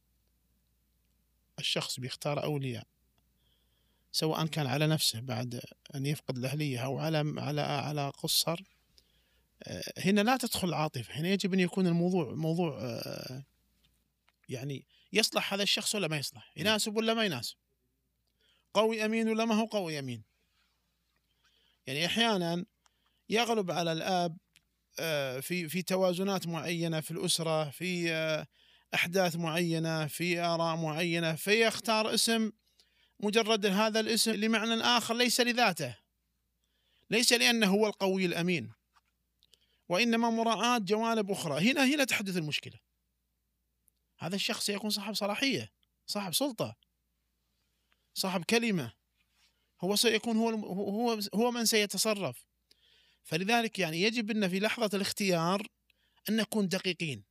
Speaker 2: الشخص بيختار أولياء سواء كان على نفسه بعد أن يفقد الأهلية أو على على على قصر، هنا لا تدخل العاطفة. هنا يجب أن يكون الموضوع موضوع يعني يصلح هذا الشخص ولا ما يصلح، يناسب ولا ما يناسب، قوي أمين ولا ما هو قوي أمين. يعني أحيانا يغلب على الآب في في توازنات معينة في الأسرة، في أحداث معينة، في آراء معينة، فيختار اسم مجرد هذا الاسم لمعنى آخر ليس لذاته، ليس لأنه هو القوي الأمين، وإنما مراعاة جوانب أخرى. هنا هنا تحدث المشكلة. هذا الشخص سيكون صاحب صلاحية، صاحب سلطة، صاحب كلمة، هو سيكون هو هو هو من سيتصرف. فلذلك يعني يجب أن في لحظة الاختيار أن نكون دقيقين،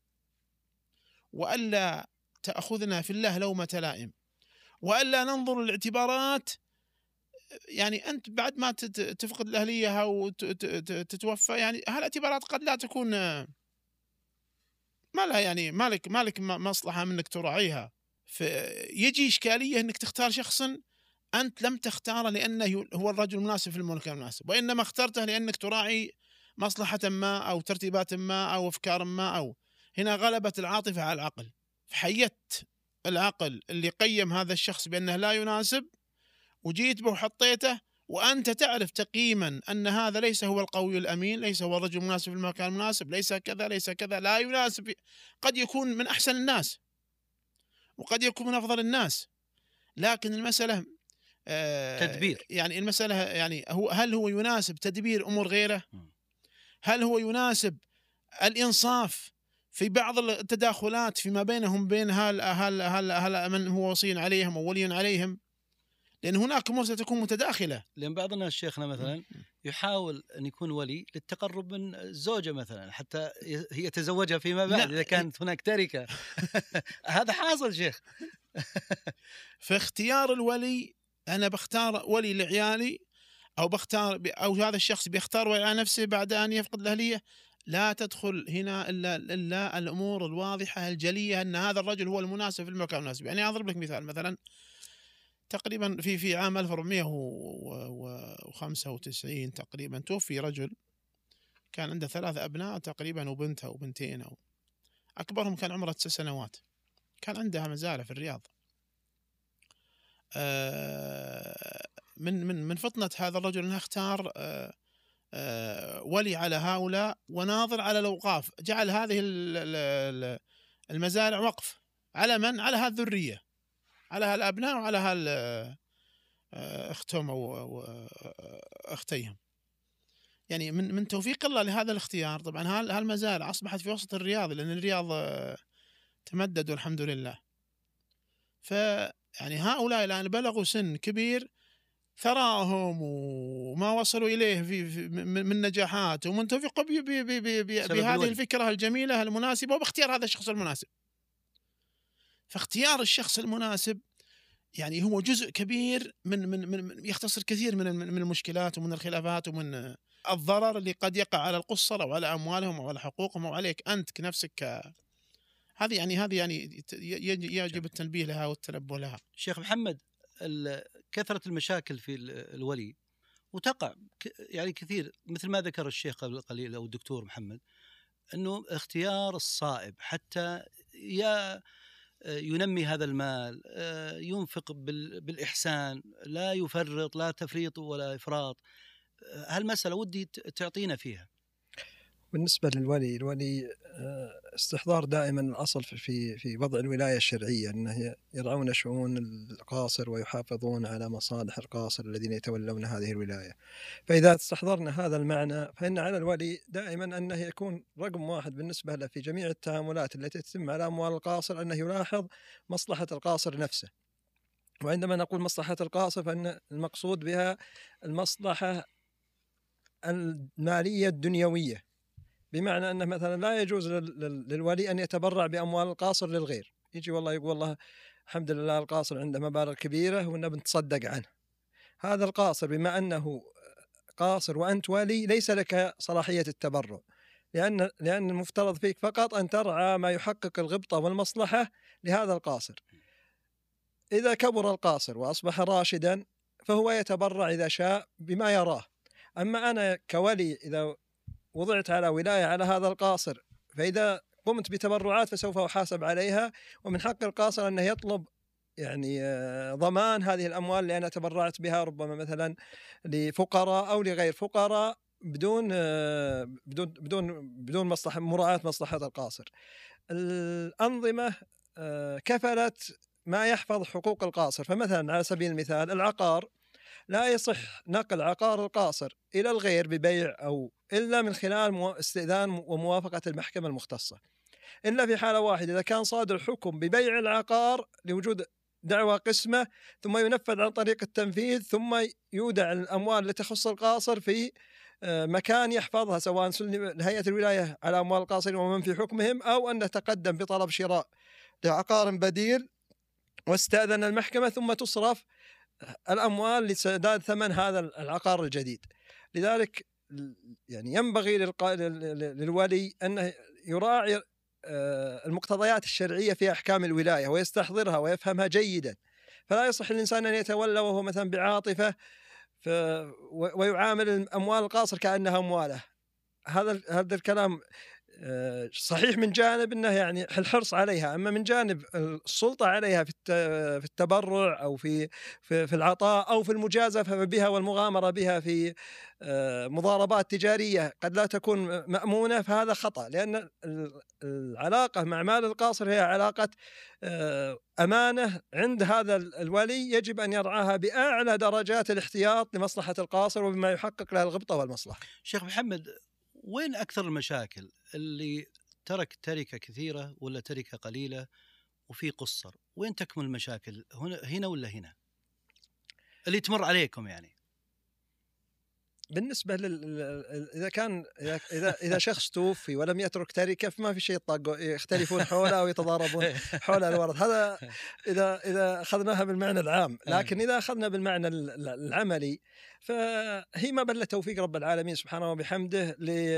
Speaker 2: وألا تأخذنا في الله لومة لائم، وألا ننظر الاعتبارات. يعني أنت بعد ما تفقد الأهلية أو تتوفى، يعني هالاعتبارات قد لا تكون ما لها، يعني مالك مالك مصلحة منك تراعيها. فيجي إشكالية أنك تختار شخصا أنت لم تختاره لأنه هو الرجل المناسب في المكان المناسب، وإنما اخترته لأنك تراعي مصلحة ما أو ترتيبات ما أو أفكار ما. أو هنا غلبت العاطفة على العقل، فحيت العقل اللي قيم هذا الشخص بأنه لا يناسب، وجيت به وحطيته، وأنت تعرف تقييما أن هذا ليس هو القوي الأمين، ليس هو الرجل المناسب في المكان المناسب، ليس كذا ليس كذا، لا يناسب. قد يكون من أحسن الناس وقد يكون من أفضل الناس، لكن المسألة آه
Speaker 3: تدبير.
Speaker 2: يعني المسألة يعني هو هل هو يناسب تدبير أمور غيره؟ هل هو يناسب الإنصاف في بعض التداخلات فيما بينهم بين هل هل هل هل من هو وصي عليهم أو ولي عليهم؟ لأن هناك أمور ستكون متداخلة.
Speaker 3: لأن بعض الناس شيخنا مثلا يحاول أن يكون ولي للتقرب من الزوجة مثلا حتى هي يتزوجها فيما بعد إذا كانت هناك تركة. هذا حاصل شيخ.
Speaker 2: فاختيار الولي، أنا بختار ولي لعيالي أو بختار أو هذا الشخص بيختار ولي على نفسه بعد أن يفقد الأهلية، لا تدخل هنا إلا, إلا الأمور الواضحة الجلية أن هذا الرجل هو المناسب في المكان المناسب. يعني أضرب لك مثال، مثلا تقريبا في في عام ألف وأربعمائة وخمسة وتسعين تقريبا توفي رجل كان عنده ثلاث أبناء تقريبا وبنت أو بنتين، أو أكبرهم كان عمره تسع سنوات، كان عندها مزارع في الرياض. من من من فطنة هذا الرجل أنه اختار ولي على هؤلاء وناظر على الأوقاف، جعل هذه المزارع وقف على من؟ على هذه الذرية، على هالأبناء وعلى هال أختهم أو أختيهم. يعني من من توفيق الله لهذا الاختيار. طبعا هالمزارع أصبحت في وسط الرياض، لأن الرياض تمدد والحمد لله. فيعني هؤلاء الآن بلغوا سن كبير، ثراهم وما وصلوا إليه في من نجاحات ومن توفيق بهذه الفكرة الجميلة المناسبة وباختيار هذا الشخص المناسب. فاختيار الشخص المناسب يعني هو جزء كبير من من من يختصر كثير من من المشكلات ومن الخلافات ومن الضرر اللي قد يقع على القصر أو على أموالهم أو على حقوقهم أو عليك أنت كنفسك هذه يعني هذه يعني يجب التنبيه لها والتنبه لها.
Speaker 3: شيخ محمد، كثرة المشاكل في الولي وتقع يعني كثير، مثل ما ذكر الشيخ قبل قليل أو الدكتور محمد، أنه اختيار الصائب حتى يا ينمي هذا المال، ينفق بالإحسان، لا يفرط، لا تفريط ولا إفراط. هالمسألة ودي تعطينا فيها.
Speaker 1: بالنسبة للولي، الولي استحضار دائما الأصل في في وضع الولاية الشرعية، أنه يرعون شؤون القاصر ويحافظون على مصالح القاصر الذين يتولون هذه الولاية. فإذا استحضرنا هذا المعنى فإن على الولي دائما أنه يكون رقم واحد بالنسبة له في جميع التعاملات التي تتم على أموال القاصر أنه يلاحظ مصلحة القاصر نفسه. وعندما نقول مصلحة القاصر فإن المقصود بها المصلحة المالية الدنيوية، بمعنى أنه مثلا لا يجوز للولي أن يتبرع بأموال القاصر للغير. يجي والله يقول والله الحمد لله القاصر عنده مبالغ كبيرة ونبي نتصدق عنه. هذا القاصر بما أنه قاصر وأنت ولي ليس لك صلاحية التبرع، لأن لأن المفترض فيك فقط أن ترعى ما يحقق الغبطة والمصلحة لهذا القاصر. إذا كبر القاصر وأصبح راشدا فهو يتبرع إذا شاء بما يراه. أما أنا كولي إذا وضعت على ولاية على هذا القاصر فإذا قمت بتبرعات فسوف أحاسب عليها، ومن حق القاصر أنه يطلب يعني ضمان هذه الأموال اللي أنا تبرعت بها، ربما مثلا لفقراء أو لغير فقراء، بدون بدون بدون بدون مصلحة مراعاة مصلحة القاصر. الأنظمة كفلت ما يحفظ حقوق القاصر. فمثلا على سبيل المثال العقار، لا يصح نقل عقار القاصر إلى الغير ببيع أو إلا من خلال استئذان وموافقة المحكمة المختصة، إلا في حالة واحدة، إذا كان صادر حكم ببيع العقار لوجود دعوى قسمة ثم ينفذ عن طريق التنفيذ، ثم يودع الأموال التي تخص القاصر في مكان يحفظها، سواء لهيئة الولاية على أموال القاصرين ومن في حكمهم، أو أن تقدم بطلب شراء لعقار بديل واستأذن المحكمة ثم تصرف الأموال لسداد ثمن هذا العقار الجديد. لذلك يعني ينبغي للولي أن يراعي المقتضيات الشرعية في أحكام الولاية ويستحضرها ويفهمها جيدا. فلا يصح الإنسان أن يتولى وهو مثلا بعاطفة ويعامل أموال القاصر كأنها أمواله. هذا هذا الكلام صحيح من جانب أنه يعني الحرص عليها، أما من جانب السلطة عليها في في التبرع أو في في في العطاء أو في المجازفة بها والمغامرة بها في مضاربات تجارية قد لا تكون مأمونة، فهذا خطأ. لأن العلاقة مع مال القاصر هي علاقة أمانة عند هذا الولي، يجب أن يرعاها بأعلى درجات الاحتياط لمصلحة القاصر وبما يحقق له الغبطة والمصلحة.
Speaker 3: شيخ محمد، وين أكثر المشاكل؟ اللي ترك تركة كثيرة ولا تركة قليلة وفي قصر؟ وين تكمن المشاكل؟ هنا هنا ولا هنا اللي تمر عليكم يعني؟
Speaker 1: بالنسبة لل إذا كان إذا إذا شخص توفي ولم يترك تركة فما في شيء يطاق يختلفون حوله أو يتضاربون حول الورث. هذا إذا إذا أخذناها بالمعنى العام. لكن إذا أخذنا بالمعنى العملي فهي ما بل توفيق رب العالمين سبحانه وبحمده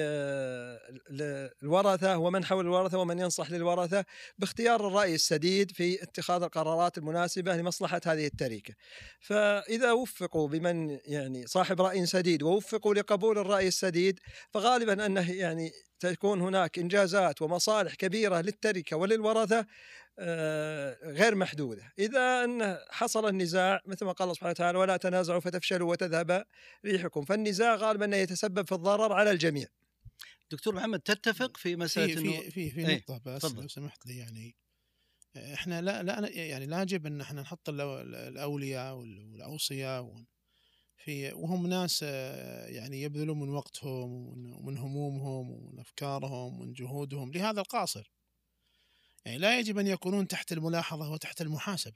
Speaker 1: للورثة ومن حول الورثة ومن ينصح للورثة باختيار الرأي السديد في اتخاذ القرارات المناسبة لمصلحة هذه التركة. فإذا وفقوا بمن يعني صاحب رأي سديد ووفقوا لقبول الرأي السديد فغالبا أنه يعني تكون هناك إنجازات ومصالح كبيرة للتركة وللورثة غير محدودة. إذا أن حصل النزاع مثل ما قال الله سبحانه وتعالى ولا تنازعوا فتفشلوا وتذهب ريحكم، فالنزاع غالبا يتسبب في الضرر على الجميع.
Speaker 3: دكتور محمد، تتفق في مسألة
Speaker 2: في في في, في نقطة بس لو سمحت لي، يعني احنا لا لا يعني لا يجب ان احنا نحط الأولياء والأوصياء في وهم ناس يعني يبذلون من وقتهم ومن همومهم ومن أفكارهم ومن جهودهم لهذا القاصر. يعني لا يجب أن يكونون تحت الملاحظة وتحت المحاسبة.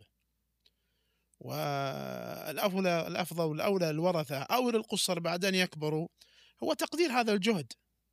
Speaker 2: والأفضل الأفضل والأولى الورثة أو للقصر بعد أن يكبروا هو تقدير هذا الجهد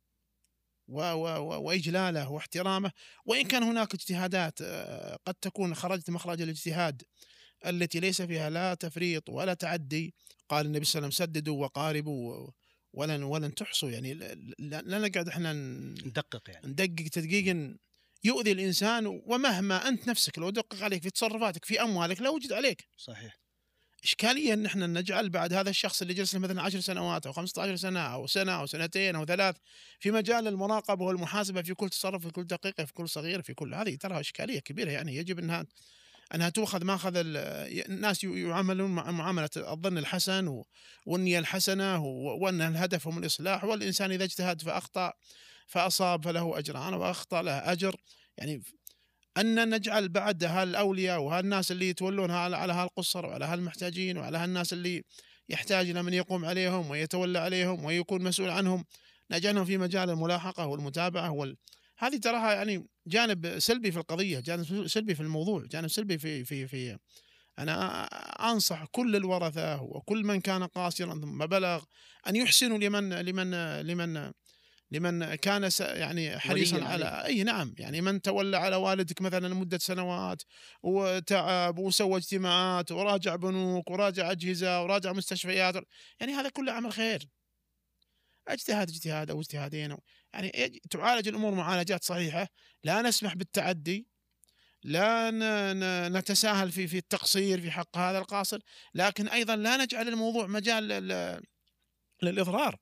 Speaker 2: وإجلاله واحترامه، وإن كان هناك اجتهادات قد تكون خرجت مخرج الاجتهاد التي ليس فيها لا تفريط ولا تعدي. قال النبي صلى الله عليه وسلم سددوا وقاربوا ولن ولن تحصوا. يعني لا نقعد احنا
Speaker 3: ندقق يعني
Speaker 2: ندقق تدقيقا يؤذي الإنسان، ومهما أنت نفسك لو دقق عليك في تصرفاتك في أموالك لا وجد عليك.
Speaker 3: صحيح.
Speaker 2: إشكالية أن احنا نجعل بعد هذا الشخص اللي جلس له مثلا عشر سنوات أو خمسة عشر سنة أو سنة أو سنتين أو ثلاث في مجال المراقبة والمحاسبة في كل تصرف، في كل دقيقة، في كل صغيرة، في كل هذه، ترى إشكالية كبيرة. يعني يجب أنها أنها تؤخذ ماخذ الناس يعاملون مع معاملة الظن الحسن والنية الحسنة، وأن الهدف هم الإصلاح، والإنسان إذا اجتهد فأخطأ فأصاب فله أجران وأخطأ له أجر. يعني أن نجعل بعد هالأولياء وهالناس اللي يتولون على هالقصر وعلى هالمحتاجين وعلى هالناس اللي يحتاج إلى من يقوم عليهم ويتولى عليهم ويكون مسؤول عنهم، نجعلهم في مجال الملاحقة والمتابعة وال... هذه تراها يعني جانب سلبي في القضية، جانب سلبي في الموضوع، جانب سلبي في في في أنا أنصح كل الورثة وكل من كان قاصرا ثم بلغ أن يحسنوا لمن لمن لمن لمن كان يعني حريصا على أي نعم، يعني من تولى على والدك مثلا لمدة سنوات وتعب وسوى اجتماعات وراجع بنوك وراجع أجهزة وراجع مستشفيات، يعني هذا كله عمل خير. اجتهاد اجتهاد أو اجتهادين، يعني تعالج الأمور معالجات صحيحة، لا نسمح بالتعدي، لا نتساهل في في التقصير في حق هذا القاصر، لكن أيضا لا نجعل الموضوع مجال للإضرار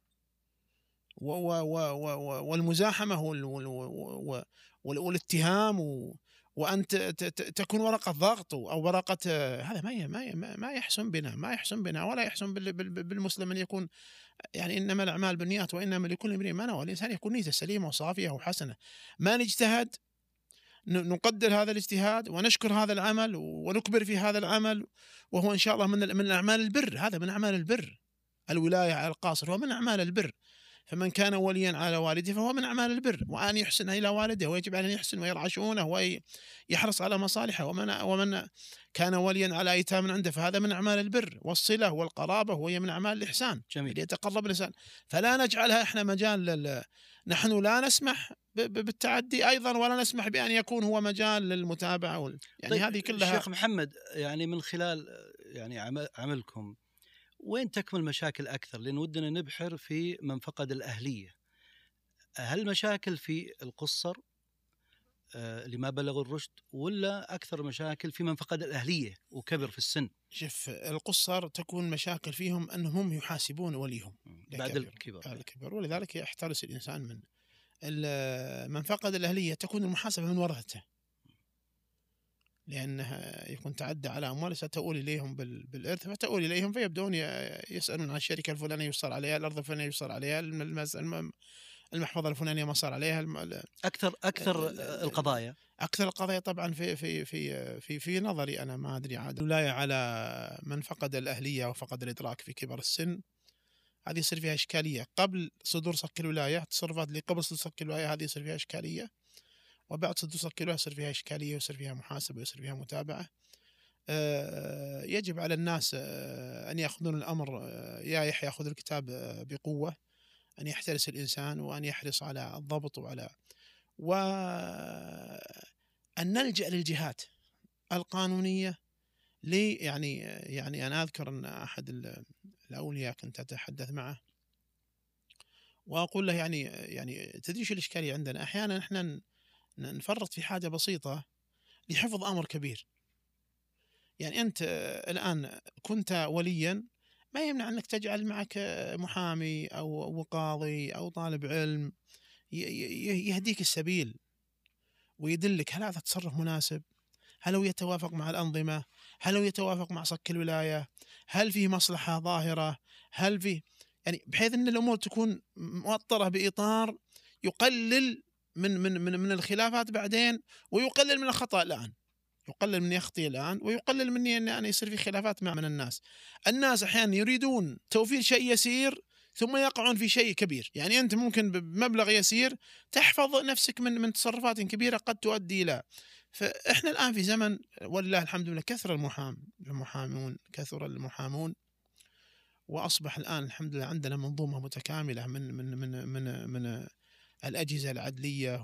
Speaker 2: والمزاحمة والاتهام، وأن تكون ورقة ضغط أو ورقة، هذا ما ما ما يحسن بنا، ما يحسن بنا ولا يحسن بالمسلم أن يكون، يعني إنما الأعمال بالنيات وإنما لكل امرئ ما نوى. الإنسان يكون نيته سليمة وصافية وحسنة، ما نجتهد نقدر هذا الاجتهاد ونشكر هذا العمل ونكبر في هذا العمل، وهو إن شاء الله من من أعمال البر. هذا من أعمال البر، الولاية على القاصر هو من أعمال البر. فمن كان وليا على والده فهو من أعمال البر، وأن يحسن إلى والده ويجب أن يحسن ويرعشونه ويحرص على مصالحه. ومن ومن كان وليا على أيتام عنده فهذا من أعمال البر والصلة والقرابة، وهي من أعمال الإحسان.
Speaker 3: جميل.
Speaker 2: يتقرب الإنسان، فلا نجعلها إحنا مجال، نحن لا نسمح بالتعدي أيضا ولا نسمح بأن يكون هو مجال للمتابعة وال... يعني
Speaker 3: طيب
Speaker 2: هذه كلها.
Speaker 3: شيخ محمد، يعني من خلال يعني عملكم وين تكمن مشاكل أكثر؟ لأن ودنا نبحر في من فقد الأهلية. هل مشاكل في القصر آه لما بلغ الرشد، ولا أكثر مشاكل في من فقد الأهلية وكبر في السن؟
Speaker 2: شوف، القصر تكون مشاكل فيهم أنهم يحاسبون وليهم
Speaker 3: بعد الكبر.
Speaker 2: بعد الكبر، ولذلك يحترس الإنسان من من فقد الأهلية. تكون المحاسبة من ورثته، لأنها يكون تعدى على أموال ستؤول إليهم بالإرث، فتؤول إليهم فيبدأون يسألون عن الشركة الفلانية يصار عليها، الأرض الفلانية يصار عليها، المحفظة الفلانية ما صار عليها.
Speaker 3: أكثر أكثر القضايا
Speaker 2: أكثر القضايا طبعا في في في في في نظري أنا ما أدري عاد، الولاية على من فقد الأهلية وفقد الإدراك في كبر السن، هذه يصير فيها إشكالية. قبل صدور صك الولاية، التصرفات اللي قبل صدور صك الولاية هذه يصير فيها إشكالية، وبعد صدور صك الولاية يصير فيها إشكالية ويصير فيها محاسبة ويصير فيها متابعة. آه يجب على الناس آه أن يأخذون الأمر، آه يا يحيى يأخذ الكتاب آه بقوة، أن يحترس الإنسان وأن يحرص على الضبط وعلى وأن نلجأ للجهات القانونية. لي يعني يعني أنا أذكر أن أحد الأولياء كنت أتحدث معه وأقول له يعني يعني تدري شو الإشكالية عندنا؟ أحيانا إحنا نفرط في حاجة بسيطة لحفظ أمر كبير. يعني أنت الآن كنت وليا، ما يمنع أنك تجعل معك محامي أو قاضي أو طالب علم يهديك السبيل ويدلك هل هذا تصرف مناسب، هل هو يتوافق مع الأنظمة، هل هو يتوافق مع صك الولاية، هل فيه مصلحة ظاهرة، هل فيه يعني، بحيث أن الأمور تكون موطرة بإطار يقلل من من من من الخلافات بعدين، ويقلل من الخطأ الآن، يقلل من يخطي الآن ويقلل مني أن أنا يصير في خلافات مع من الناس. الناس أحيانا يريدون توفير شيء يسير ثم يقعون في شيء كبير. يعني أنت ممكن بمبلغ يسير تحفظ نفسك من من تصرفات كبيرة قد تؤدي إلى. فإحنا الآن في زمن ولله الحمد لله كثر المحام المحامون كثر المحامون، وأصبح الآن الحمد لله عندنا منظومة متكاملة من من من من من الأجهزة العدلية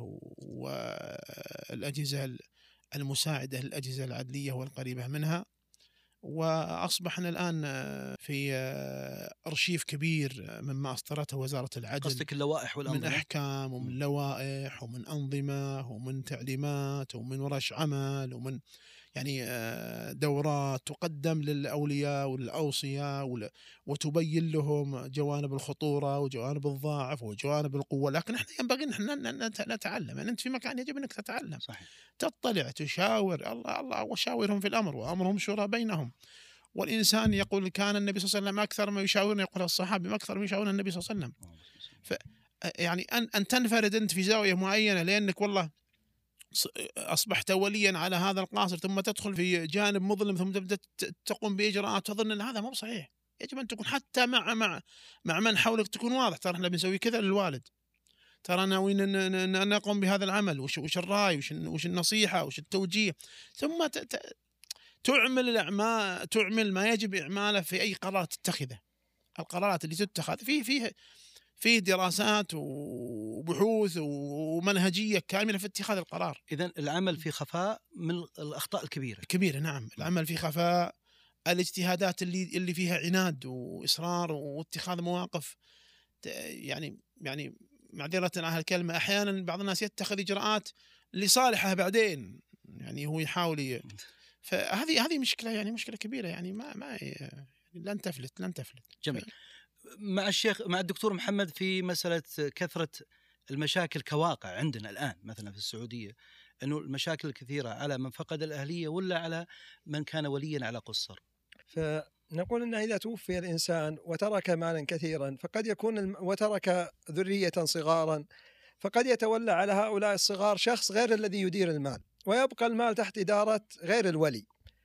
Speaker 2: والأجهزة المساعدة للأجهزة العدلية والقريبة منها. وأصبحنا الآن في أرشيف كبير مما أصدرته وزارة العدل،
Speaker 3: قصدك اللوائح والأنظمة،
Speaker 2: من أحكام ومن لوائح ومن أنظمة ومن تعليمات ومن ورش عمل ومن يعني دورات تقدم للأولياء والأوصياء وتبين لهم جوانب الخطورة وجوانب الضعف وجوانب القوة. لكن احنا ينبغي ان احنا نتعلم، يعني انت في مكان يجب انك تتعلم. صحيح. تطلع تشاور، الله الله وشاورهم في الأمر وأمرهم شورى بينهم. والإنسان يقول كان النبي صلى الله عليه وسلم أكثر ما يشاورنا، يقول الصحابة ما أكثر ما يشاورنا النبي صلى الله عليه وسلم. ف يعني أن أن تنفرد أنت في زاوية معينة لأنك والله أصبحت وليا على هذا القاصر، ثم تدخل في جانب مظلم، ثم تبدأ تقوم بإجراءات تظن أن هذا مو صحيح. يجب أن تكون حتى مع مع مع من حولك تكون واضح، ترى احنا بنسوي كذا للوالد، ترى ناويين أن نقوم بهذا العمل، وش وش الرأي، وش وش النصيحة، وش التوجيه، ثم تعمل الأعمال، تعمل ما يجب إعماله في أي قرار تتخذه. القرارات اللي تتخذ فيه فيه فيه دراسات وبحوث ومنهجية كاملة في اتخاذ القرار.
Speaker 3: إذن العمل في خفاء من الأخطاء الكبيرة.
Speaker 2: كبيرة، نعم. العمل في خفاء، الاجتهادات اللي اللي فيها عناد وإصرار واتخاذ مواقف، يعني يعني معذرة على هالكلمة، أحيانا بعض الناس يتخذ إجراءات لصالحه بعدين، يعني هو يحاول، فهذه هذه مشكلة، يعني مشكلة كبيرة، يعني ما ما يعني لن تفلت لن تفلت.
Speaker 3: جميل. مع الشيخ مع الدكتور محمد في مسألة كثرة المشاكل كواقع عندنا الآن مثلا في السعودية، أنه المشاكل الكثيرة على من فقد الأهلية ولا على من كان وليا على قصر.
Speaker 1: فنقول أنه إذا توفي الإنسان وترك مالا كثيرا فقد يكون الم... وترك ذرية صغارا، فقد يتولى على هؤلاء الصغار شخص غير الذي يدير المال، ويبقى المال تحت إدارة غير الولي.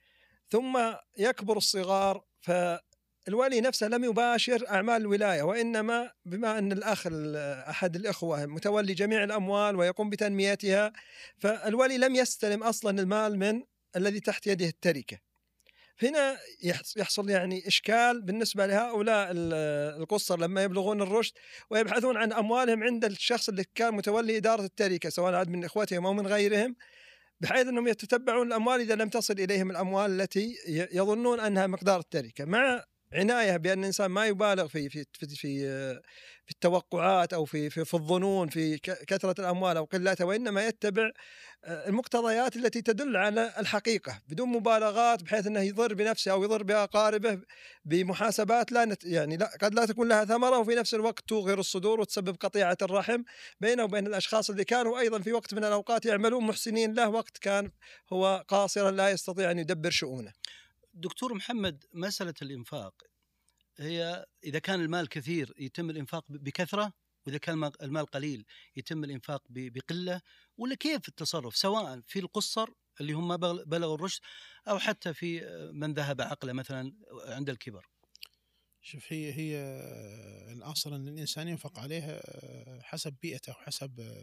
Speaker 1: ثم يكبر الصغار، فالولي نفسه لم يباشر أعمال الولاية، وإنما بما أن الأخ أحد الإخوة متولي جميع الأموال ويقوم بتنميتها، فالولي لم يستلم أصلا المال من الذي تحت يده التركة. هنا يحصل يعني إشكال بالنسبة لهؤلاء القصر لما يبلغون الرشد ويبحثون عن أموالهم عند الشخص اللي كان متولي إدارة التركة، سواء عاد من إخوتهم أو من غيرهم، بحيث أنهم يتتبعون الأموال إذا لم تصل إليهم الأموال التي يظنون أنها مقدار التركة، مع عناية بأن الإنسان ما يبالغ في في في في, في التوقعات أو في في, في الظنون في كثرة الأموال أو قلتها، وإنما يتبع المقتضيات التي تدل على الحقيقة بدون مبالغات، بحيث أنه يضر بنفسه أو يضر بأقاربه بمحاسبات لا نت يعني لا قد لا تكون لها ثمرة، وفي نفس الوقت توغر الصدور وتسبب قطيعة الرحم بينه وبين الأشخاص اللي كانوا أيضا في وقت من الأوقات يعملون محسنين له، وقت كان هو قاصرا لا يستطيع أن يدبر شؤونه.
Speaker 3: دكتور محمد، مسألة الإنفاق هي إذا كان المال كثير يتم الإنفاق بكثرة، وإذا كان المال قليل يتم الإنفاق بقلة، ولا كيف التصرف سواء في القصر اللي هم بلغوا الرشد أو حتى في من ذهب عقله مثلا عند الكبر؟
Speaker 2: شوف، هي هي الأصل أن الإنسان ينفق عليه حسب بيئته وحسب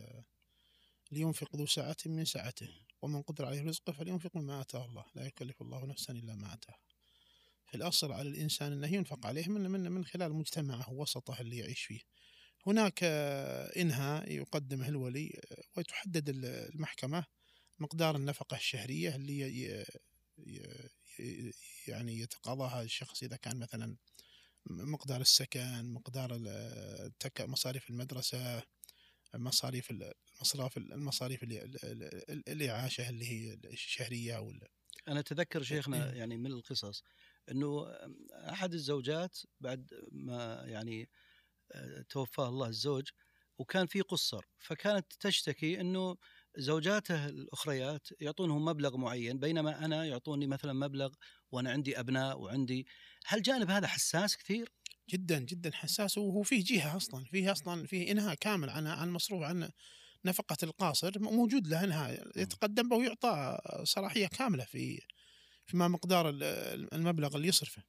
Speaker 2: لينفق ذو سعة من سعته، ومن قدر عليه رزقه فلينفق مما آتاه الله، لا يكلف الله نفسا إلا ما آتاه. في الأصل على الإنسان أنه ينفق عليه من من من خلال مجتمعه ووسطه اللي يعيش فيه. هناك إنهاء يقدمه الولي وتحدد المحكمة مقدار النفقة الشهرية اللي يعني يتقاضاها الشخص، إذا كان مثلا مقدار السكن، مقدار مصاريف المدرسة، مصاريف المصراف المصاريف الإعاشة اللي هي الشهرية. ولا
Speaker 3: أنا أتذكر شيخنا يعني من القصص أنه أحد الزوجات بعد ما يعني توفاه الله الزوج وكان في قصر، فكانت تشتكي أنه زوجاته الأخريات يعطونهم مبلغ معين بينما أنا يعطوني مثلا مبلغ وأنا عندي أبناء وعندي. هل جانب هذا حساس كثير؟
Speaker 2: جدا جدا حساس، وهو فيه جهة أصلا فيه أصلا فيه إنهاء كامل عن عن مصروف عن نفقة القاصر، موجود له إنهاء يتقدم به ويعطى صلاحية كاملة في فيما مقدار المبلغ اللي يصرفه.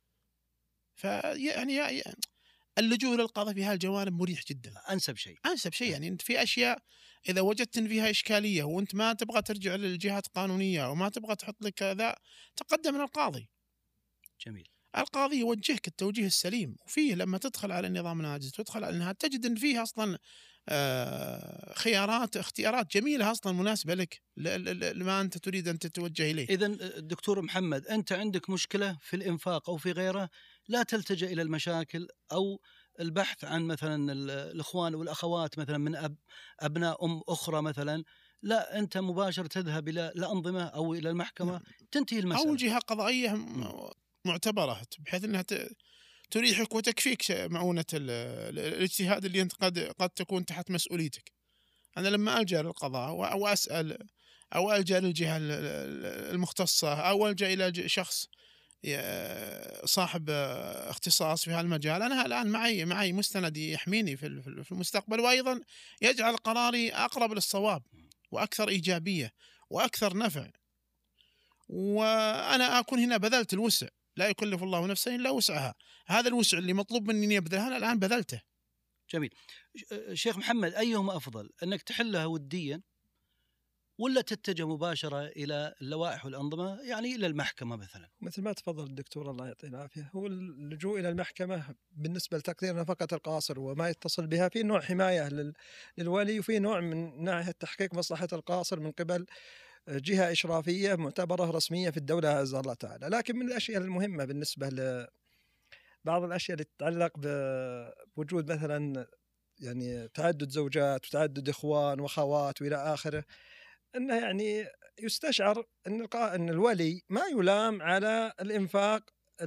Speaker 2: فيعني اللجوء للقضاء في هالجوانب مريح جدا،
Speaker 3: أنسب شيء
Speaker 2: أنسب شيء. يعني أنت في أشياء إذا وجدت إن فيها إشكالية وأنت ما تبغى ترجع للجهات القانونية وما تبغى تحط لك ذا، تقدم للقاضي.
Speaker 3: جميل.
Speaker 2: القاضي يوجهك التوجيه السليم، وفيه لما تدخل على النظام ناجز وتدخل على النهاية تجد إن فيه أصلا خيارات اختيارات جميلة أصلا مناسبة لك لما أنت تريد أن تتوجه إليه.
Speaker 3: إذن دكتور محمد، أنت عندك مشكلة في الإنفاق أو في غيره، لا تلتجأ إلى المشاكل أو البحث عن مثلا الإخوان والأخوات مثلا من أب أبناء أم أخرى مثلا، لا أنت مباشرة تذهب إلى الأنظمة أو إلى المحكمة تنتهي المسألة،
Speaker 2: أو جهة قضائية معتبرة بحيث أنها تريحك وتكفيك معونة الاجتهاد اللي أنت قد قد تكون تحت مسؤوليتك. أنا لما ألجأ للقضاء وأسأل أو ألجأ للجهة المختصة أو ألجأ إلى شخص صاحب اختصاص في هالمجال، أنا الآن معي معي مستند يحميني في في المستقبل، وأيضا يجعل قراري أقرب للصواب وأكثر إيجابية وأكثر نفع، وأنا أكون هنا بذلت الوسع. لا يكلف الله نفسا إلا وسعها. هذا الوسع اللي مطلوب مني إني أبذله أنا الآن بذلته.
Speaker 3: جميل. شيخ محمد، أيهما أفضل، أنك تحلها وديا ولا تتجه مباشرة إلى اللوائح والأنظمة، يعني إلى المحكمة مثلا؟
Speaker 1: مثل ما تفضل الدكتور الله يعطيه العافية، هو اللجوء إلى المحكمة بالنسبة لتقدير نفقة القاصر وما يتصل بها في نوع حماية للولي، وفي نوع من ناحية تحقيق مصلحة القاصر من قبل جهة إشرافية معتبرة رسمية في الدولة عز الله تعالى. لكن من الأشياء المهمة بالنسبة لبعض الأشياء اللي تتعلق بوجود مثلا يعني تعدد زوجات وتعدد إخوان وأخوات وإلى آخره، أنه يعني يستشعر أن أن الولي ما يلام على الإنفاق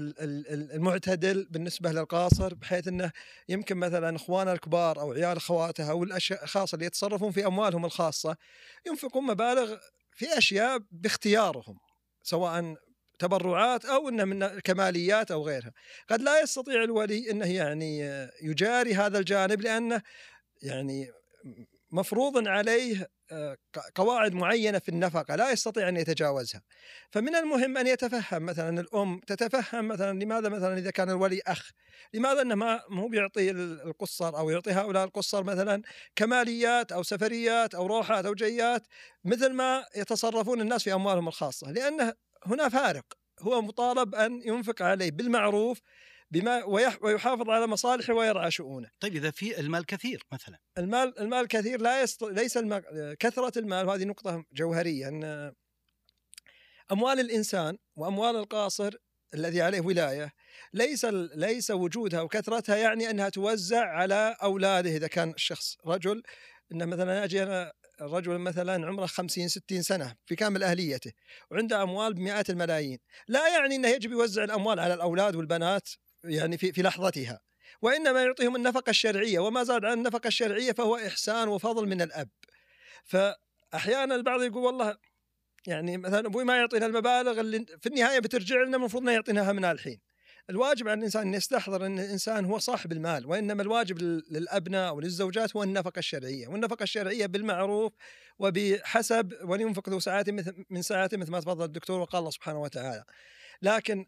Speaker 1: المعتدل بالنسبة للقاصر، بحيث أنه يمكن مثلا إخوانه الكبار أو عيال أخواته أو الأشخاص اللي يتصرفون في أموالهم الخاصة ينفقون مبالغ في أشياء باختيارهم، سواء تبرعات أو إنه من كماليات أو غيرها. قد لا يستطيع الولي أنه يعني يجاري هذا الجانب، لأنه يعني مفروض عليه قواعد معينة في النفقة لا يستطيع أن يتجاوزها. فمن المهم أن يتفهم مثلا الأم تتفهم مثلا لماذا مثلا إذا كان الولي أخ، لماذا أنه ما مو بيعطي القصر أو يعطي هؤلاء القصر مثلا كماليات أو سفريات أو روحات أو جيات مثل ما يتصرفون الناس في أموالهم الخاصة، لأن هنا فارق. هو مطالب أن ينفق عليه بالمعروف بما ويحافظ على مصالحه ويرعى شؤونه.
Speaker 3: طيب إذا في المال كثير مثلا،
Speaker 1: المال المال كثير لا يست... ليس الم... كثرة المال، وهذه نقطة جوهرية، أن أموال الإنسان وأموال القاصر الذي عليه ولاية ليس ليس وجودها وكثرتها يعني أنها توزع على أولاده. إذا كان الشخص رجل، إن مثلا أجي أنا الرجل مثلا عمره خمسين ستين سنة في كامل أهليته وعنده أموال بمئات الملايين، لا يعني أنه يجب يوزع الأموال على الأولاد والبنات يعني في في لحظتها، وإنما يعطيهم النفقة الشرعية، وما زاد عن النفقة الشرعية فهو إحسان وفضل من الأب. فأحيانا البعض يقول والله يعني مثلا أبوي ما يعطينا المبالغ اللي في النهاية بترجع لنا، المفروض أنه يعطيناها من الحين. الواجب على الإنسان أن يستحضر أن الإنسان هو صاحب المال، وإنما الواجب للأبناء وللزوجات هو النفقة الشرعية، والنفقة الشرعية بالمعروف وبحسب ولينفق ذو ساعة من ساعته مثل ما تفضل الدكتور وقال الله سبحانه وتعالى. لكن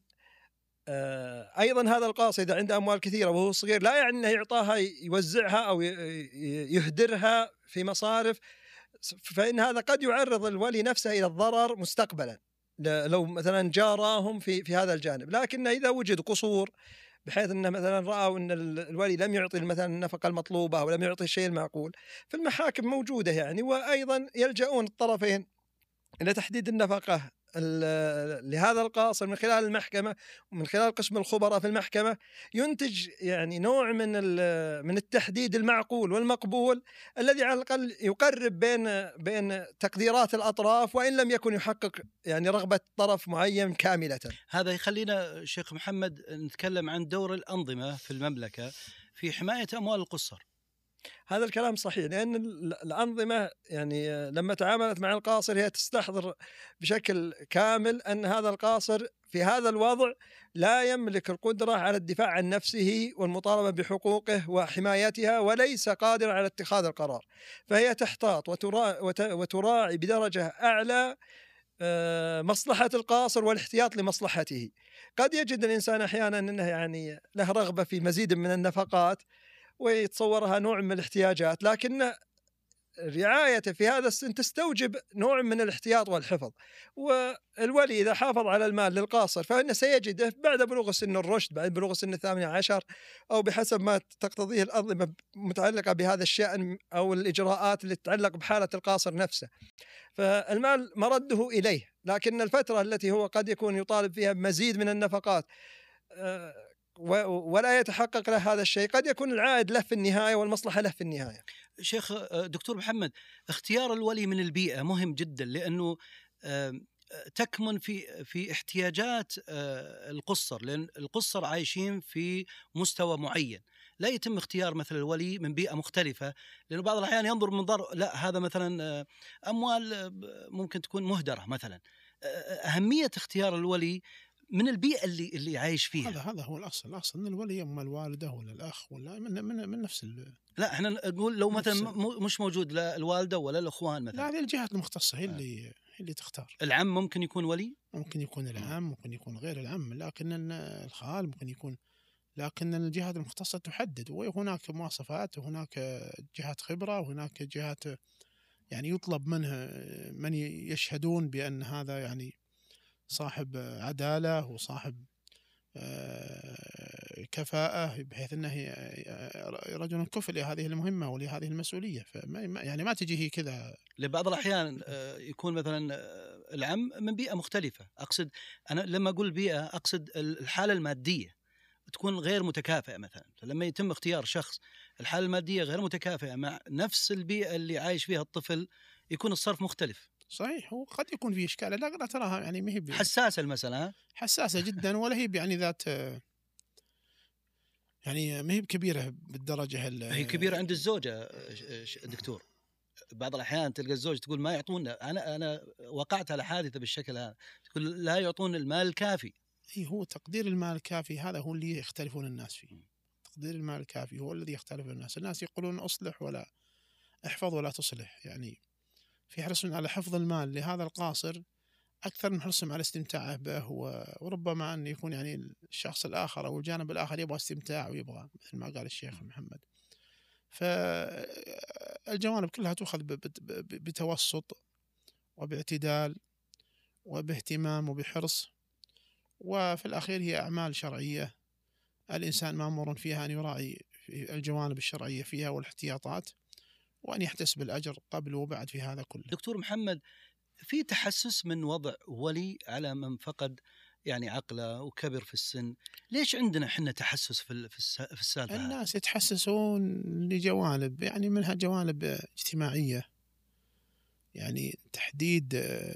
Speaker 1: أيضا هذا القاصر إذا عنده أموال كثيرة وهو صغير لا يعني أنه يعطاها يوزعها أو يهدرها في مصارف، فإن هذا قد يعرض الولي نفسه إلى الضرر مستقبلا لو مثلا جاراهم في في هذا الجانب. لكن إذا وجد قصور بحيث أنه مثلا رأوا أن الولي لم يعطي مثلا النفقة المطلوبة أو لم يعطي الشيء المعقول، فالمحاكم موجودة يعني، وأيضا يلجؤون الطرفين إلى تحديد النفقة لهذا القاصر من خلال المحكمة ومن خلال قسم الخبراء في المحكمة، ينتج يعني نوع من من التحديد المعقول والمقبول الذي على الأقل يقرب بين بين تقديرات الأطراف، وإن لم يكن يحقق يعني رغبة طرف معين كاملة.
Speaker 3: هذا يخلينا شيخ محمد نتكلم عن دور الأنظمة في المملكة في حماية أموال القصر.
Speaker 1: هذا الكلام صحيح، لأن الأنظمة يعني لما تعاملت مع القاصر هي تستحضر بشكل كامل أن هذا القاصر في هذا الوضع لا يملك القدرة على الدفاع عن نفسه والمطالبة بحقوقه وحمايتها، وليس قادر على اتخاذ القرار، فهي تحتاط وتراعي, وتراعي بدرجة أعلى مصلحة القاصر والاحتياط لمصلحته. قد يجد الإنسان أحيانا أنه يعني له رغبة في مزيد من النفقات ويتصورها نوع من الاحتياجات، لكن رعايته في هذا السن تستوجب نوع من الاحتياط والحفظ. والولي إذا حافظ على المال للقاصر فإنه سيجده بعد بلوغ سن الرشد، بعد بلوغ سن الثامنة عشر، أو بحسب ما تقتضيه الأنظمة متعلقة بهذا الشأن أو الإجراءات اللي تتعلق بحالة القاصر نفسه. فالمال مرده إليه، لكن الفترة التي هو قد يكون يطالب فيها بمزيد من النفقات ولا يتحقق له هذا الشيء، قد يكون العائد له في النهاية والمصلحة له في النهاية.
Speaker 3: شيخ دكتور محمد، اختيار الولي من البيئة مهم جدا، لأنه تكمن في في احتياجات القصر، لأن القصر عايشين في مستوى معين. لا يتم اختيار مثل الولي من بيئة مختلفة، لأنه بعض الأحيان ينظر منظر لا هذا مثلا أموال ممكن تكون مهدرة مثلا. أهمية اختيار الولي من البيئة اللي اللي عايش فيها،
Speaker 2: هذا هذا هو الأصل. الأصل أن الولي أما الوالدة ولا الأخ ولا من من من نفس ال...
Speaker 3: لا احنا نقول لو مثلا مش موجود لا الوالدة ولا الأخوان مثلا،
Speaker 2: لا هذه الجهات المختصة هي اللي هي اللي تختار.
Speaker 3: العم ممكن يكون ولي،
Speaker 2: ممكن يكون العم، ممكن يكون غير العم، لكن الخال ممكن يكون، لكن الجهات المختصة تحدد. وهناك مواصفات وهناك جهات خبرة وهناك جهات يعني يطلب منها من يشهدون بأن هذا يعني صاحب عدالة وصاحب كفاءة، بحيث أنه رجل كفء لهذه المهمة ولهذه المسؤولية. فما يعني ما تجي هي كذا.
Speaker 3: لبعض الأحيان يكون مثلا العم من بيئة مختلفة. أقصد أنا لما أقول بيئة أقصد الحالة المادية تكون غير متكافئة مثلا، فلما يتم اختيار شخص الحالة المادية غير متكافئة مع نفس البيئة اللي عايش فيها الطفل يكون الصرف مختلف.
Speaker 2: صحيح، وقد يكون في إشكال، لكن تراها يعني ما هي
Speaker 3: حساسة المسألة،
Speaker 2: حساسة جدا، ولا هي يعني ذات يعني ما هي كبيرة بالدرجة.
Speaker 3: هي كبيرة عند الزوجة دكتور. بعض الأحيان تلقى الزوج تقول ما يعطونا، أنا أنا وقعت على حادثة بالشكل هذا، تقول لا يعطون المال الكافي.
Speaker 2: إيه، هو تقدير المال الكافي هذا هو اللي يختلفون الناس فيه. تقدير المال الكافي هو الذي يختلف الناس. الناس يقولون أصلح ولا احفظ ولا تصلح، يعني في حرصهم على حفظ المال لهذا القاصر أكثر من حرصهم على استمتاعه به. وربما أن يكون يعني الشخص الآخر أو الجانب الآخر يبغى استمتاع ويبغى مثل ما قال الشيخ محمد. فالجوانب كلها تأخذ بتوسط وباعتدال وباهتمام وبحرص، وفي الأخير هي أعمال شرعية الإنسان مأمور فيها أن يراعي الجوانب الشرعية فيها والاحتياطات، وأن يحتسب الأجر قبل وبعد في هذا كله.
Speaker 3: دكتور محمد، في تحسس من وضع ولي على من فقد يعني عقله وكبر في السن. ليش عندنا حنا تحسس في في السالفة؟
Speaker 2: الناس يتحسسون لجوانب، يعني منها جوانب اجتماعية، يعني تحديد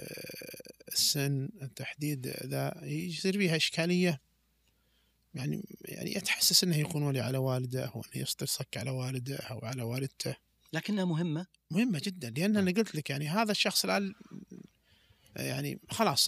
Speaker 2: السن، تحديد ذا يصير فيها إشكالية. يعني يعني يتحسس أنه يكون ولي على والده أو أنه يصدر صك على والده أو على والدته،
Speaker 3: لكنها مهمة
Speaker 2: مهمة جدا. لأن أنا قلت لك يعني هذا الشخص الآن يعني خلاص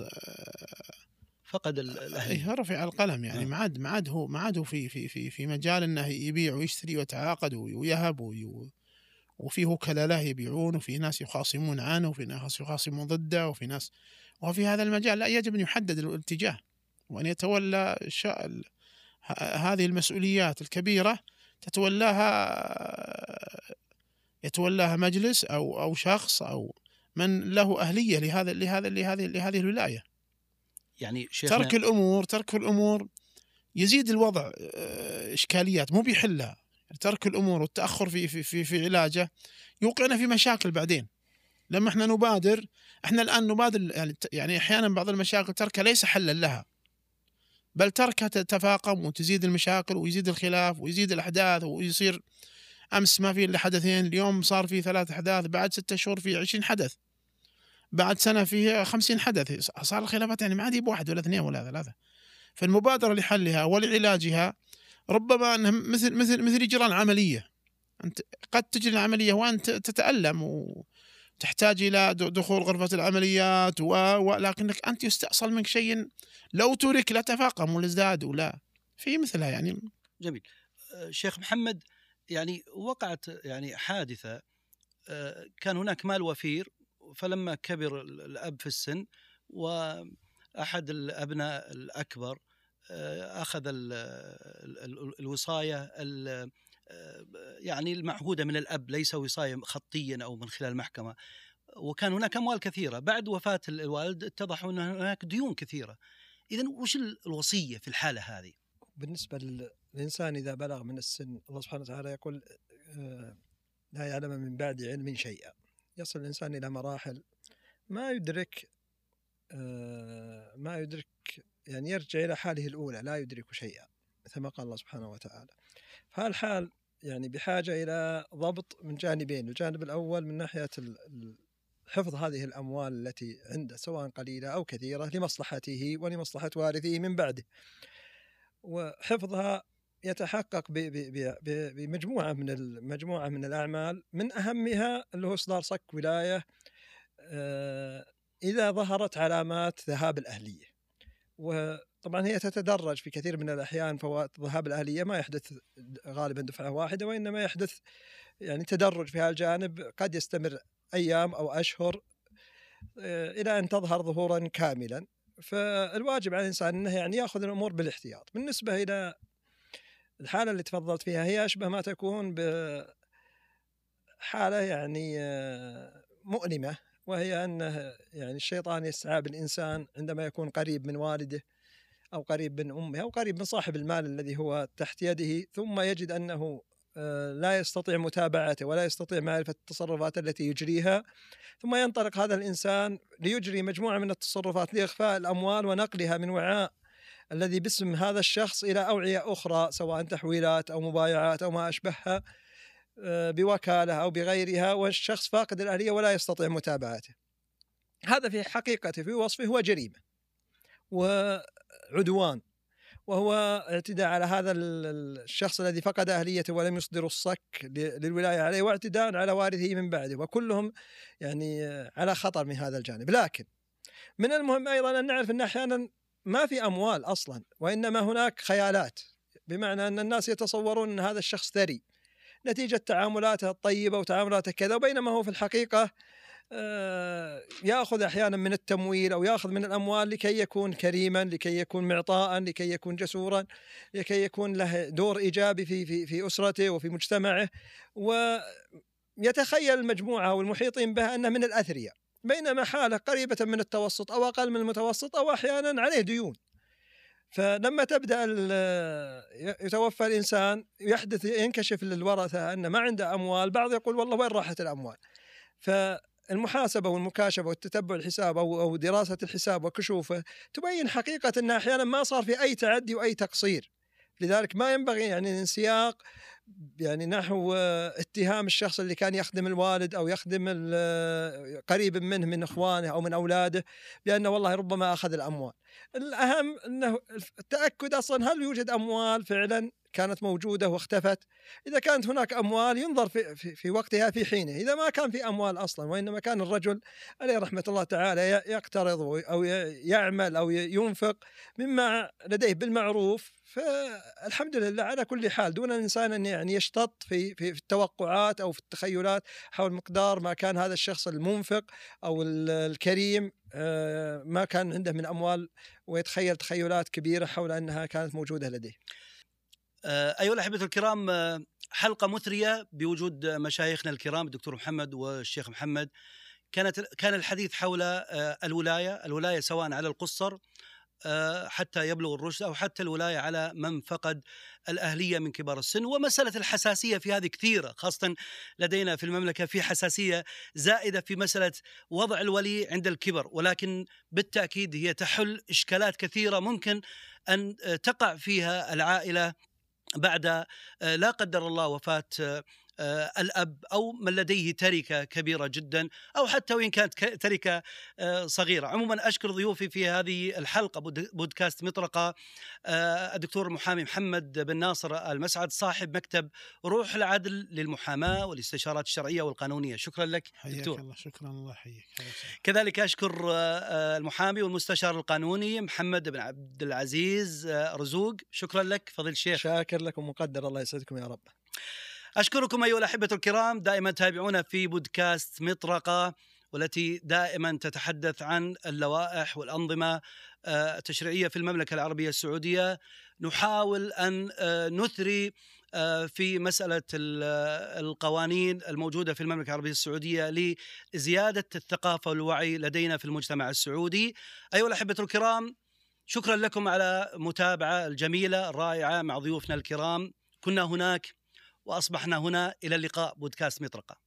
Speaker 3: فقد الأهلية،
Speaker 2: رفع القلم، يعني ما عاد ما عاد هو ما عاد هو في في في في مجال انه يبيع ويشتري ويتعاقد ويهب، وفي وكلاء له يبيعون، وفي ناس يخاصمون عنه، وفي ناس يخاصمون ضده، وفي ناس. وفي هذا المجال لا، يجب ان يحدد الاتجاه وان يتولى شأن هذه المسؤوليات الكبيرة تتولاها يتولاها مجلس او او شخص او من له أهلية لهذا لهذا لهذه لهذه الولاية.
Speaker 3: يعني
Speaker 2: ترك الأمور ترك الأمور يزيد الوضع إشكاليات مو بيحلها. ترك الأمور والتأخر في في في في علاجه يوقعنا في مشاكل بعدين. لما احنا نبادر احنا الآن نبادر يعني يعني أحيانا بعض المشاكل تركها ليس حلا لها، بل تركها تتفاقم وتزيد المشاكل ويزيد الخلاف ويزيد الأحداث، ويصير أمس ما في إلا حدثين، اليوم صار في ثلاث أحداث، بعد ستة شهور في عشرين حدث، بعد سنة فيه خمسين حدث. صار الخلافات يعني ما عاد بواحد ولا اثنين ولا ثلاثة. فالمبادرة لحلها ولعلاجها ربما أنها مثل مثل مثل إجراء العملية. أنت قد تجري العملية وأنت تتألم وتحتاج إلى دخول غرفة العمليات، ولكنك أنت يستأصل منك شيء لو ترك لا تفاقم ولا ازداد ولا في مثلها. يعني
Speaker 3: جميل. شيخ محمد، يعني وقعت يعني حادثة، كان هناك مال وفير، فلما كبر الأب في السن وأحد الأبناء الأكبر أخذ الوصاية يعني المعهودة من الأب، ليس وصاية خطيا أو من خلال المحكمة. وكان هناك أموال كثيرة. بعد وفاة الوالد اتضح أن هناك ديون كثيرة. إذن وش الوصية في الحالة هذه؟
Speaker 1: بالنسبة للإنسان إذا بلغ من السن، الله سبحانه وتعالى يقول لا يعلم من بعد علم شيئا. يصل الإنسان إلى مراحل ما يدرك ما يدرك يعني يرجع إلى حاله الأولى، لا يدرك شيئا مثل ما قال الله سبحانه وتعالى. فهالحال يعني بحاجة إلى ضبط من جانبين. الجانب الأول من ناحية حفظ هذه الأموال التي عنده سواء قليلة أو كثيرة لمصلحته ولمصلحة وارثه من بعده، وحفظها يتحقق بمجموعة من المجموعة من الأعمال، من أهمها اللي هو إصدار صك ولاية إذا ظهرت علامات ذهاب الأهلية. وطبعا هي تتدرج في كثير من الأحيان، فوات ذهاب الأهلية ما يحدث غالبا دفعة واحدة، وإنما يحدث يعني تدرج في هذا الجانب، قد يستمر أيام أو أشهر إلى أن تظهر ظهورا كاملا. فالواجب على الإنسان أنه يعني يأخذ الأمور بالاحتياط. بالنسبة إلى الحالة اللي تفضلت فيها، هي أشبه ما تكون بحالة يعني مؤلمة، وهي أنه يعني الشيطان يسعى بالإنسان عندما يكون قريب من والده أو قريب من أمه أو قريب من صاحب المال الذي هو تحت يده، ثم يجد أنه لا يستطيع متابعته ولا يستطيع معرفة التصرفات التي يجريها، ثم ينطلق هذا الإنسان ليجري مجموعة من التصرفات لإخفاء الأموال ونقلها من وعاء الذي باسم هذا الشخص إلى أوعية أخرى، سواء تحويلات أو مبايعات أو ما أشبهها، بوكالة أو بغيرها، والشخص فاقد الأهلية ولا يستطيع متابعته. هذا في حقيقته في وصفه هو جريمة وعدوان، وهو اعتداء على هذا الشخص الذي فقد أهليته ولم يصدر الصك للولاية عليه، واعتداء على وارثه من بعده، وكلهم يعني على خطر من هذا الجانب. لكن من المهم أيضا أن نعرف أن أحيانا ما في أموال أصلا، وإنما هناك خيالات، بمعنى أن الناس يتصورون أن هذا الشخص ثري نتيجة تعاملاته الطيبة وتعاملاته كذا، وبينما هو في الحقيقة يأخذ أحيانا من التمويل أو يأخذ من الأموال لكي يكون كريما، لكي يكون معطاء، لكي يكون جسورا، لكي يكون له دور إيجابي في في في أسرته وفي مجتمعه، ويتخيل المجموعة والمحيطين به أنه من الأثرياء، بينما حاله قريبة من التوسط أو أقل من المتوسط أو أحيانا عليه ديون. فلما تبدأ يتوفى الإنسان يحدث ينكشف للورثة أن ما عنده أموال، بعض يقول والله وين راحت الأموال. فالمحاسبة والمكاشفة والتتبع الحساب أو أو دراسة الحساب وكشوفه تبين حقيقة أن أحيانا ما صار في أي تعدي وأي تقصير. لذلك ما ينبغي يعني الانسياق يعني نحو اتهام الشخص اللي كان يخدم الوالد أو يخدم قريب منه من إخوانه أو من أولاده بأنه والله ربما أخذ الأموال. الأهم أنه التأكد أصلا هل يوجد أموال فعلا كانت موجودة واختفت. إذا كانت هناك أموال ينظر في, في, في وقتها في حينه. إذا ما كان في أموال أصلا، وإنما كان الرجل عليه رحمة الله تعالى يقترض أو يعمل أو ينفق مما لديه بالمعروف، فالحمد لله على كل حال، دون الإنسان أن يعني يشتط في, في, في التوقعات أو في التخيلات حول مقدار ما كان هذا الشخص المنفق أو الكريم ما كان عنده من أموال، ويتخيل تخيلات كبيرة حول أنها كانت موجودة لديه.
Speaker 3: أيها الأحبة الكرام، حلقة مثرية بوجود مشايخنا الكرام الدكتور محمد والشيخ محمد. كانت كان الحديث حول الولاية الولاية سواء على القصر حتى يبلغ الرشد أو حتى الولاية على من فقد الأهلية من كبار السن. ومسألة الحساسية في هذه كثيرة، خاصة لدينا في المملكة في حساسية زائدة في مسألة وضع الولي عند الكبر، ولكن بالتأكيد هي تحل إشكالات كثيرة ممكن أن تقع فيها العائلة بعد لا قدر الله وفاة الأب أو من لديه تركة كبيرة جدا، أو حتى وإن كانت تركة صغيرة. عموما أشكر ضيوفي في هذه الحلقة بودكاست مطرقة الدكتور المحامي محمد بن ناصر المسعد، صاحب مكتب روح العدل للمحاماة والاستشارات الشرعية والقانونية. شكرا لك دكتور.
Speaker 2: الله شكرا، الله يحييك.
Speaker 3: كذلك أشكر المحامي والمستشار القانوني محمد بن عبد العزيز رزوق. شكرا لك فضيل الشيخ.
Speaker 1: شاكر لكم ومقدر، الله يسعدكم يا رب.
Speaker 3: أشكركم أيها الأحبة الكرام، دائما تابعونا في بودكاست مطرقة، والتي دائما تتحدث عن اللوائح والأنظمة التشريعية في المملكة العربية السعودية. نحاول أن نثري في مسألة القوانين الموجودة في المملكة العربية السعودية لزيادة الثقافة والوعي لدينا في المجتمع السعودي. أيها الأحبة الكرام، شكرا لكم على متابعة الجميلة الرائعة مع ضيوفنا الكرام. كنا هناك وأصبحنا هنا. إلى اللقاء، بودكاست مطرقة.